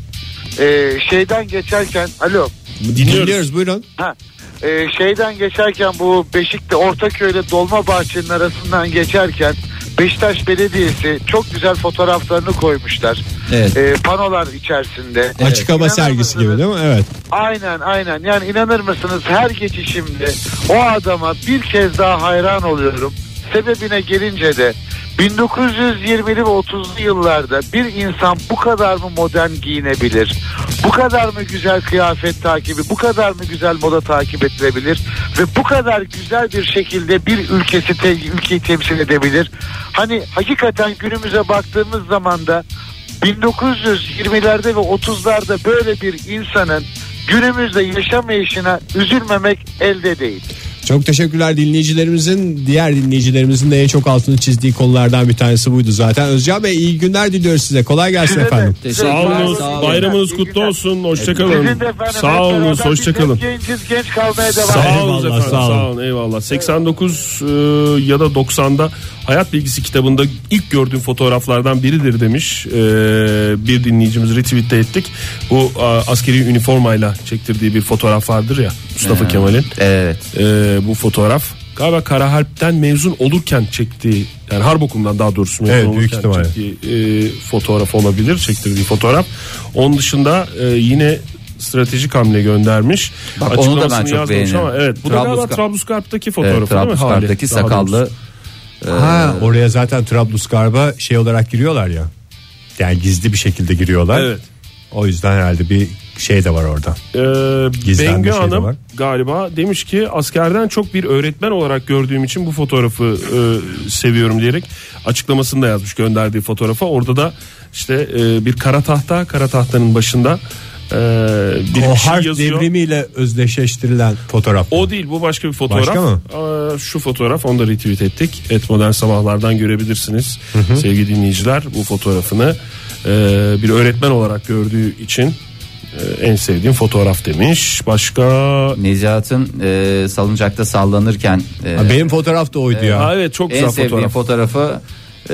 E, şeyden geçerken alo. Dinliyoruz. Dinliyoruz, buyurun. Ha. E, şeyden geçerken bu Beşik'te Ortaköy'le Dolmabahçe'nin arasından geçerken Beşiktaş Belediyesi çok güzel fotoğraflarını koymuşlar. Evet. E, panolar içerisinde. Açık hava İnanır sergisi gibi mısınız? değil mi? Evet. Aynen aynen, yani inanır mısınız her geçişimde o adama bir kez daha hayran oluyorum. Sebebine gelince de bin dokuz yüz yirmili ve otuzlu yıllarda bir insan bu kadar mı modern giyinebilir? Bu kadar mı güzel kıyafet takibi, bu kadar mı güzel moda takip edilebilir? Ve bu kadar güzel bir şekilde bir ülkesi te- ülkeyi temsil edebilir? Hani hakikaten günümüze baktığımız zaman da bin dokuz yüz yirmilerde ve otuzlarda böyle bir insanın günümüzde yaşamayışına üzülmemek elde değil. Çok teşekkürler dinleyicilerimizin. Diğer dinleyicilerimizin de en çok altını çizdiği konulardan bir tanesi buydu zaten. Özcan Bey iyi günler diliyoruz size. Kolay gelsin Size de. efendim. Sağ olun. Sağ olun. Bayramınız İyi kutlu günler. olsun. Hoşçakalın. Sizin de efendim, Sağ hep olun. beraber Hoşçakalın. biz hep Genciz, genç kalmaya devam Sağ edelim. olun Eyvallah, efendim. sağ olun. Sağ olun. Eyvallah. seksen dokuz e, ya da doksanda Hayat Bilgisi kitabında ilk gördüğüm fotoğraflardan biridir demiş. E, bir dinleyicimiz retweet de ettik. Bu e, askeri üniformayla çektirdiği bir fotoğraf vardır ya Mustafa Ha, Kemal'in. Evet. E, bu fotoğraf galiba Kara Harp'ten mezun olurken çektiği, yani harp okulundan daha doğrusu mezun Evet, büyük olurken ihtimalle. çektiği e, fotoğraf olabilir, çektirdiği fotoğraf. Onun dışında e, yine stratejik hamle göndermiş. Bak, onu da ben Açıklamasını çok yazmamış beğeniyorum. ama evet, bu da galiba Trablusgarp. Trablusgarp'taki fotoğrafı Evet, değil mi? Hali, Trablusgarp'taki daha sakallı doğrusu. Ha, oraya zaten Trablusgarp'a şey olarak giriyorlar ya. Yani gizli bir şekilde giriyorlar. Evet. O yüzden herhalde bir şey de var orada. Ee, Gizlenme Bengü şey de Hanım var. galiba demiş ki askerden çok bir öğretmen olarak gördüğüm için bu fotoğrafı e, seviyorum diyerek açıklamasını da yazmış, gönderdiği fotoğrafa. Orada da işte e, bir kara tahta, kara tahtanın başında e, bir, O bir şey harf yazıyor. devrimiyle özdeşleştirilen fotoğraf. O değil, bu başka bir fotoğraf. Başka mı? Aa, şu fotoğraf, onu da retweet ettik. Et Modern Sabahlardan görebilirsiniz. Sevgili dinleyiciler, bu fotoğrafını e, bir öğretmen olarak gördüğü için e, en sevdiğim fotoğraf demiş. Başka Necat'ın e, salıncakta sallanırken e, Ha, benim fotoğraf da oydu ya. ha, evet, çok en güzel sevdiğim fotoğraf. fotoğrafı e,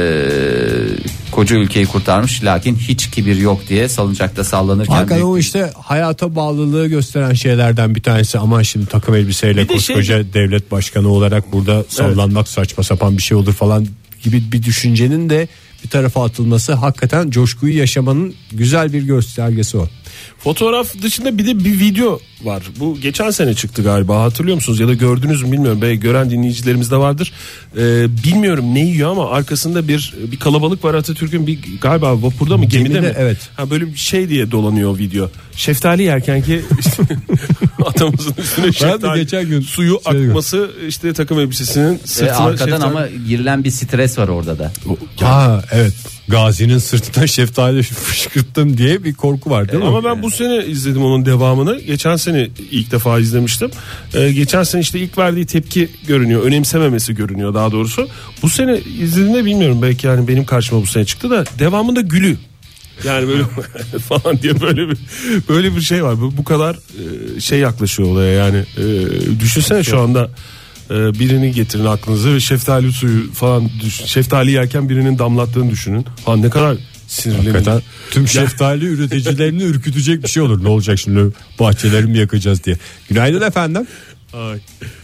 koca ülkeyi kurtarmış lakin hiç kibir yok diye salıncakta sallanırken Hakan büyük- o işte hayata bağlılığı gösteren şeylerden bir tanesi. Aman şimdi takım elbiseyle Bir de koskoca şey- devlet başkanı olarak burada sallanmak saçma sapan bir şey olur falan gibi bir düşüncenin de bir tarafa atılması hakikaten coşkuyu yaşamanın güzel bir göstergesi o. Fotoğraf dışında bir de bir video var. Bu geçen sene çıktı galiba, hatırlıyor musunuz ya da gördünüz mü bilmiyorum. Belki gören dinleyicilerimiz de vardır. Ee, bilmiyorum ne yiyor ama arkasında bir bir kalabalık var. Atatürk'ün bir galiba vapurda mı, gemide, Gemide, mi? evet. Ha, böyle bir şey diye dolanıyor o video. Şeftali yerken ki işte, atamızın üstüne şeftali geçen gün suyu şey akması işte takım elbisesinin E, sırtına arkadan şeftali- ama girilen bir stres var orada da. Ha evet. Gazi'nin sırtına şeftali fışkırttım diye bir korku var değil mi? Ama ben bu sene izledim onun devamını. Geçen sene ilk defa izlemiştim. Ee, geçen sene işte ilk verdiği tepki görünüyor. Önemsememesi görünüyor daha doğrusu. Bu sene izlediğimde bilmiyorum, belki yani benim karşıma bu sene çıktı da devamında gülü. Yani böyle falan diye böyle bir böyle bir şey var. Bu, bu kadar e, şey yaklaşıyor olaya yani. E, düşünsene şu anda e, birini getirin aklınıza ve şeftali suyu falan düşün. Şeftali yerken birinin damlattığını düşünün. Ha, ne kadar sinirleniyor. Hakikaten tüm şeftali üreticilerini ürkütecek bir şey olur. Ne olacak şimdi, bahçelerimi mi yakacağız diye. Günaydın efendim. Ay.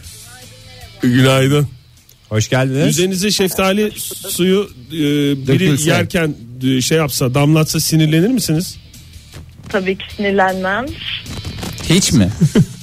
Günaydın. Hoş geldiniz. Üzerinize şeftali suyu e, biri Dökülse. yerken e, şey yapsa, damlatsa sinirlenir misiniz? Tabii ki sinirlenmem. Hiç mi?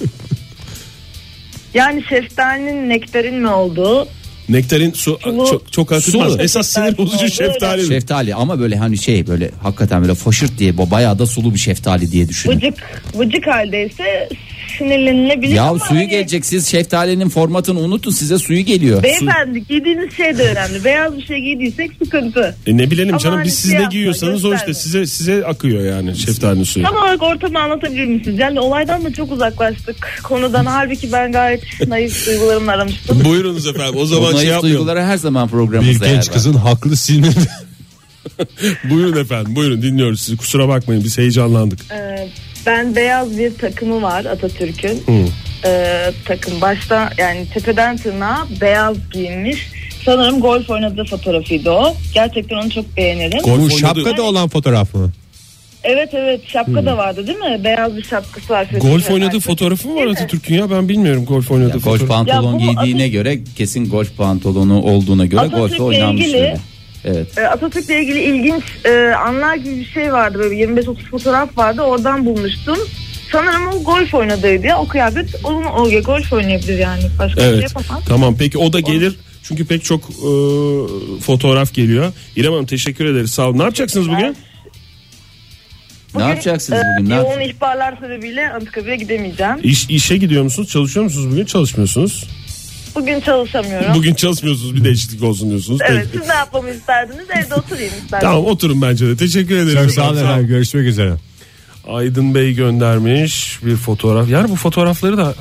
Yani şeftalinin nektarin mi olduğu? Nektarin su Sulu. çok çok akıtmaz. Sulu. Esas sinir bozucu Oldu, şeftali. Şeftali ama böyle hani şey böyle hakikaten böyle foşırt diye bu bayağı da sulu bir şeftali diye düşünün. Vıcık, vıcık haldeyse sinirlenilebilir Ya ama suyu hani- gelecek, siz şeftalinin formatını unutun, size suyu geliyor. Beyefendi giydiğiniz şey de önemli. Beyaz bir şey giydiysek sıkıntı. E ne bilelim Ama canım, hani biz siz şey ne yapma, giyiyorsanız o işte gösterme. size size akıyor yani şeftalinin suyu. Tam olarak ortamı anlatabilir misiniz? Yani olaydan da çok uzaklaştık. Konudan halbuki ben gayet naif duygularımla aramıştım. Buyurunuz efendim, o O zaman şey naif yapmayalım. duyguları her zaman Bir programımızda yer genç var. kızın haklı siniri. Buyurun efendim, buyurun, dinliyoruz sizi, kusura bakmayın biz heyecanlandık. Ee, ben beyaz bir takımı var Atatürk'ün. Ee, takım başta yani tepeden tırnağa beyaz giyinmiş. Sanırım golf oynadığı fotoğrafıydı o. Gerçekten onu çok beğenirim. Golf Bu oynadı. şapkada olan fotoğraf mı? Evet evet şapka da vardı değil mi? Beyaz bir şapkası var. Golf oynadığı fotoğrafı mı var Değil mi? Atatürk'ün ya? Ben bilmiyorum golf oynadığı Ya, golf fotoğrafı. pantolon Ya bu giydiğine Atatürk- göre kesin golf pantolonu olduğuna göre Atatürk'le golfte oynanmış ilgili- böyle. Evet. Ee, Atatürk'le ilgili ilginç e, anlar gibi bir şey vardı. Böyle yirmi beş otuz fotoğraf vardı. Oradan bulmuştum. Sanırım o golf oynadıydı ya. O kıyafet onun o golf oynayabilir yani. Başka bir şey Evet. yapamaz. Tamam, peki o da gelir. Çünkü pek çok e, fotoğraf geliyor. İrem Hanım teşekkür ederiz. Sağ olun. Ne yapacaksınız bugün? Ne yapacaksınız bugün? Ne Yoğun yapacaksınız? ihbarlar sebebiyle Anıtkabir'e gidemeyeceğim. İş, işe gidiyor musunuz? Çalışıyor musunuz bugün? Çalışmıyorsunuz. Bugün çalışamıyorum. Bugün çalışmıyorsunuz, bir değişiklik olsun diyorsunuz. Evet, Peki. siz ne yapmamı isterdiniz? Evde oturayım isterseniz. Tamam, oturun bence de. Teşekkür ederim. Çok sağ olun efendim. Görüşmek üzere. Aydın Bey göndermiş bir fotoğraf. Yani bu fotoğrafları da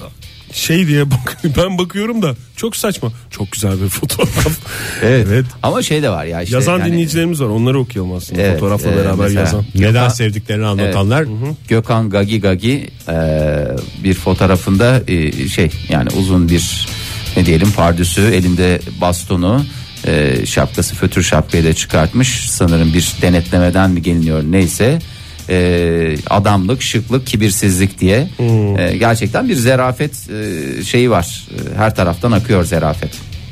şey diye bak, ben bakıyorum da çok saçma. Çok güzel bir fotoğraf. Evet. Evet. Ama şey de var ya işte. Yazan yani, dinleyicilerimiz var. Onları okuyalım aslında. Evet, Fotoğrafla e, beraber mesela- yazan. Neden sevdiklerini anlatanlar. Gökhan Gagi Gagi e, bir fotoğrafında e, şey yani uzun bir ne diyelim pardüsü, elinde bastonu, e, şapkası fötür şapkayı da çıkartmış, sanırım bir denetlemeden mi geliniyor neyse, e, adamlık, şıklık, kibirsizlik diye e, gerçekten bir zerafet e, şeyi var, e, her taraftan akıyor zerafet.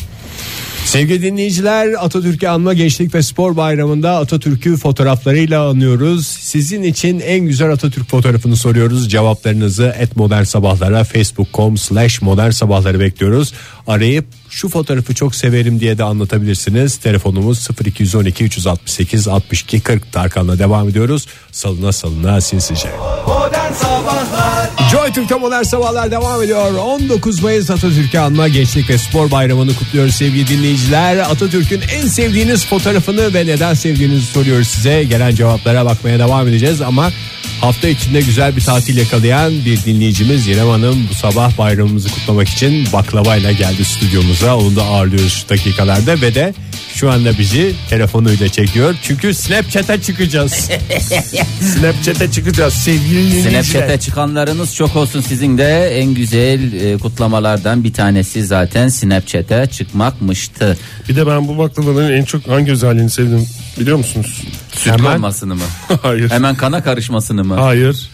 Sevgili dinleyiciler, Atatürk'ü anma Gençlik ve Spor Bayramı'nda Atatürk'ü fotoğraflarıyla anıyoruz. Sizin için en güzel Atatürk fotoğrafını soruyoruz. Cevaplarınızı et modern sabahlara facebook nokta com slash modern sabahları bekliyoruz. Arayıp şu fotoğrafı çok severim diye de anlatabilirsiniz. Telefonumuz sıfır iki on iki üç altı sekiz altmış iki kırk. Tarkan'la devam ediyoruz. Salına salına sinsice. Modern Sabahlar. Joy Türk'te Modern Sabahlar devam ediyor. on dokuz Mayıs Atatürk'ü anma Gençlik ve Spor Bayramı'nı kutluyoruz sevgili dinleyiciler. Atatürk'ün en sevdiğiniz fotoğrafını ve neden sevdiğinizi soruyoruz size. Gelen cevaplara bakmaya devam edeceğiz ama hafta içinde güzel bir tatil yakalayan bir dinleyicimiz İrem Hanım bu sabah bayramımızı kutlamak için baklavayla geldi stüdyomuza. Onu da ağırlıyoruz şu dakikalarda ve de şu anda bizi telefonuyla çekiyor. Çünkü Snapchat'e çıkacağız. Snapchat'e çıkacağız sevgili dinleyiciler. Snapchat'e çıkanlarınız çok olsun, sizin de en güzel e, kutlamalardan bir tanesi zaten Snapchat'e çıkmakmıştı. Bir de ben bu baklavaların en çok hangi özelliğini sevdim biliyor musunuz? Sütlü Hemen- olmasını mı? Hayır. Hemen kana karışmasını mı? Hayır.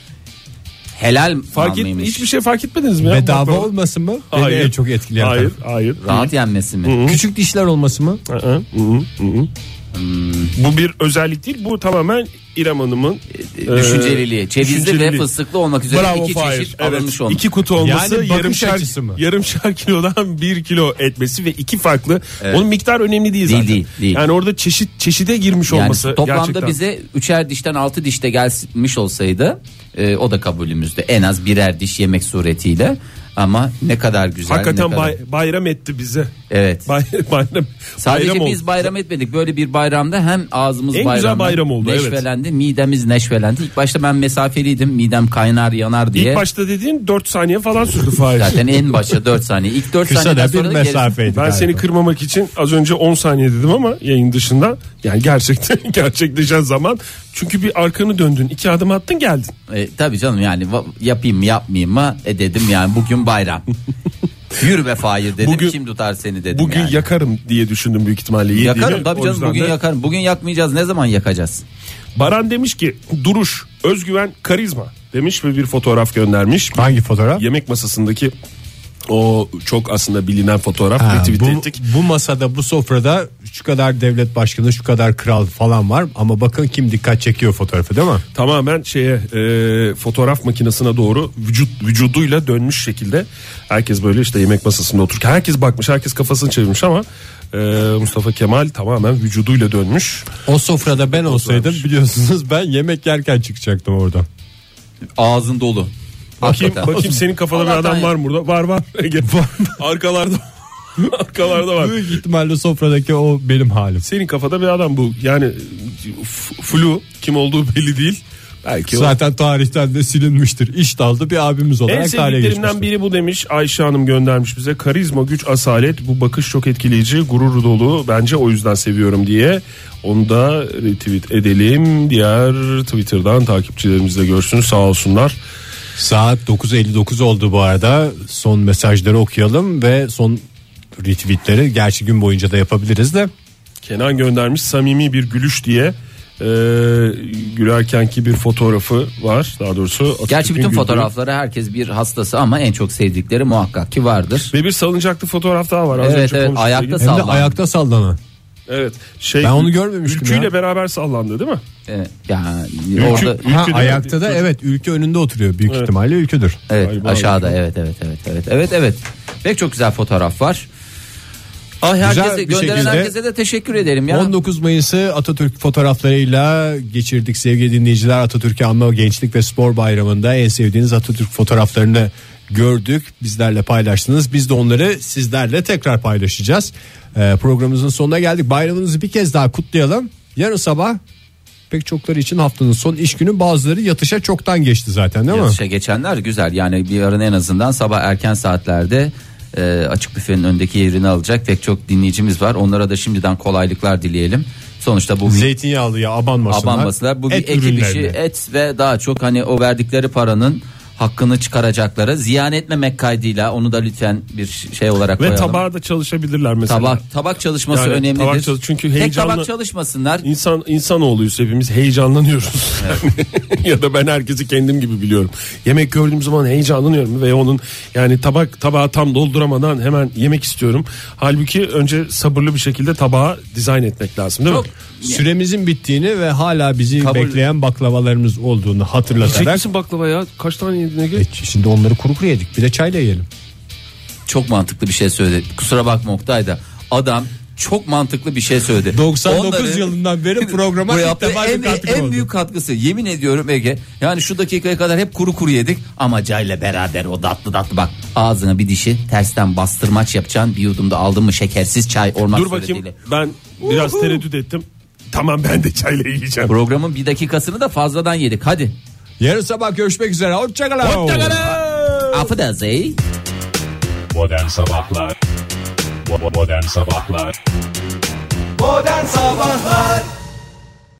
Helal Fark et, mıymış? hiçbir şey fark etmediniz mi? ya? Bedava Baklava. olmasın mı? Beni Hayır. en çok etkileyen Hayır, taraf. hayır. Rahat yenmesi mi? Küçük dişler olması mı? Hı hı, hı hı. Bu bir özellik değil. Bu tamamen İrem Hanım'ın E, Düşünceliliği. Cevizli ve düşünceliliği. fıstıklı olmak üzere Bravo iki Fahir. çeşit Evet. alınmış olmuş. İki kutu olması, Yani yarım bakış şer, açısı mı? yarım şer kilodan bir kilo etmesi ve iki farklı. Evet. Onun miktar önemli değil Değil, zaten. değil, değil. Yani orada çeşit çeşide girmiş Yani olması toplamda gerçekten. bize üçer dişten altı dişte gelmiş olsaydı e, o da kabulümüzde. En az birer diş yemek suretiyle. Ama ne kadar güzel. Hakikaten ne kadar... bay- bayram etti bize. Evet. Bay, bayram, Sadece bayram biz oldu. bayram etmedik. Böyle bir bayramda hem ağzımız En güzel bayramdan bayram oldu, evet. neşvelendi, midemiz neşvelendi. İlk başta ben mesafeliydim. Midem kaynar yanar diye. İlk başta dediğin dört saniye falan sürdü Fahir. Zaten en başta dört saniye. İlk dört Kısa saniyeden da bir sonra da gerisi- mesafeydi. Ben galiba. seni kırmamak için az önce on saniye dedim ama yayın dışında yani gerçekten gerçekleşen zaman, çünkü bir arkanı döndün, iki adım attın geldin. E, tabii canım yani va- yapayım mı yapmayayım mı e, dedim yani bugün bayram. Yürü be Fahir dedim, Bugün- kim tutar seni dedim Bugün yani. yakarım diye düşündüm büyük ihtimalle. Yediğimi. Yakarım tabii O canım, yüzden bugün de- yakarım. Bugün yakmayacağız, ne zaman yakacağız? Baran demiş ki duruş, özgüven, karizma demiş ve bir fotoğraf göndermiş. Hangi fotoğraf? Yemek masasındaki o çok aslında bilinen fotoğraf, Ha, retweet bu, ettik. bu masada, bu sofrada şu kadar devlet başkanı, şu kadar kral falan var ama bakın kim dikkat çekiyor fotoğrafı, değil mi? Tamamen şeye e, fotoğraf makinesine doğru vücut vücuduyla dönmüş şekilde herkes böyle işte yemek masasında otururken herkes bakmış, herkes kafasını çevirmiş ama e, Mustafa Kemal tamamen vücuduyla dönmüş. O sofrada ben olsaydım biliyorsunuz ben yemek yerken çıkacaktım oradan. Ağzın dolu. Bakayım, Hakikaten. bakayım senin kafada bir Allah'tan adam ya. var mı burada? Var var. Ege. Arkalarda. Arkalarda var. Büyük ihtimalle sofradaki o benim halim. Senin kafada bir adam bu. Yani f- flu, kim olduğu belli değil. Belki o. Zaten tarihten de silinmiştir. İş daldı bir abimiz En olarak tarihe sevdiklerimden geçmiştir. biri bu demiş. Ayşe Hanım göndermiş bize. Karizma, güç, asalet. Bu bakış çok etkileyici, gurur dolu. Bence o yüzden seviyorum diye. Onu da retweet edelim. Diğer Twitter'dan takipçilerimiz de görsün, sağ olsunlar. Saat dokuz elli dokuz oldu bu arada. Son mesajları okuyalım ve son retweetleri gerçi gün boyunca da yapabiliriz de. Kenan göndermiş samimi bir gülüş diye. Ee, gülerkenki bir fotoğrafı var, daha doğrusu Atatürk'ün Gerçi bütün güldüğü. fotoğrafları herkes bir hastası ama en çok sevdikleri muhakkak ki vardır. Ve bir salıncaklı fotoğraf daha var. Az Evet, önce evet, konuştuk. ayakta Hem de Sallanan. ayakta sallanan. Evet. Şey, Ben onu görmemiştim Ülküyle ya. beraber sallandı değil mi? Evet, yani Ülkü- orada Ülkü Ha, de- ayakta da çocuk- evet, ülke önünde oturuyor. Büyük Evet. ihtimalle ülküdür. evet Galiba aşağıda öyle. evet evet evet evet evet evet. Pek çok güzel fotoğraf var. Ah, herkese, bir gönderen şekilde herkese de teşekkür ederim ya. on dokuz Mayıs'ı Atatürk fotoğraflarıyla geçirdik sevgili dinleyiciler. Atatürk'ü anma Gençlik ve Spor Bayramı'nda en sevdiğiniz Atatürk fotoğraflarını gördük. Bizlerle paylaştınız. Biz de onları sizlerle tekrar paylaşacağız. Ee, programımızın sonuna geldik. Bayramınızı bir kez daha kutlayalım. Yarın sabah pek çokları için haftanın son iş günü, bazıları yatışa çoktan geçti zaten değil mi? Yatışa geçenler güzel yani, bir yarın en azından sabah erken saatlerde e, açık büfenin öndeki yerini alacak pek çok dinleyicimiz var. Onlara da şimdiden kolaylıklar dileyelim. Sonuçta bu zeytinyağlı ya abanmasınlar. abanmasınlar. Bu bir Et ekip ürünlerini. işi, et ve daha çok hani o verdikleri paranın hakkını çıkaracakları, ziyan etmemek kaydıyla onu da lütfen bir şey olarak Ve koyalım. tabağa da çalışabilirler mesela. Tabak tabak çalışması Yani önemlidir. tabak çalış- çünkü Tek heyecanlı- tabak çalışmasınlar. İnsan insanoğluyuz hepimiz, heyecanlanıyoruz. Yani ya da ben herkesi kendim gibi biliyorum. Yemek gördüğüm zaman heyecanlanıyorum ve onun yani tabak tabağı tam dolduramadan hemen yemek istiyorum. Halbuki önce sabırlı bir şekilde tabağı dizayn etmek lazım, değil Çok mi? Süremizin bittiğini ve hala bizi Kabul- bekleyen baklavalarımız olduğunu Yiyecek hatırlatarak. misin baklava ya? Kaç tane yedin Ege? E, şimdi onları kuru kuru yedik, bir de çayla yiyelim. Çok mantıklı bir şey söyledi. Kusura bakma Oktay da. Adam çok mantıklı bir şey söyledi. doksan dokuz Onları- yılından beri programa Bu ilk yaptığı defa en, bir katkı en oldu. büyük katkısı, yemin ediyorum Ege. Yani şu dakikaya kadar hep kuru kuru yedik ama çayla beraber o tatlı tatlı, bak ağzına bir dişi tersten bastırmaç yapacaksın, bir yudumda aldın mı şekersiz çay orman Dur bakayım, söylediğiyle. ben biraz tereddüt ettim. Tamam, ben de çayla yiyeceğim. Programın bir dakikasını da fazladan yedik, hadi. Yarın sabah görüşmek üzere. Hoşçakalın. Affedersin. Modern Sabahlar Bo- Modern Sabahlar Modern Sabahlar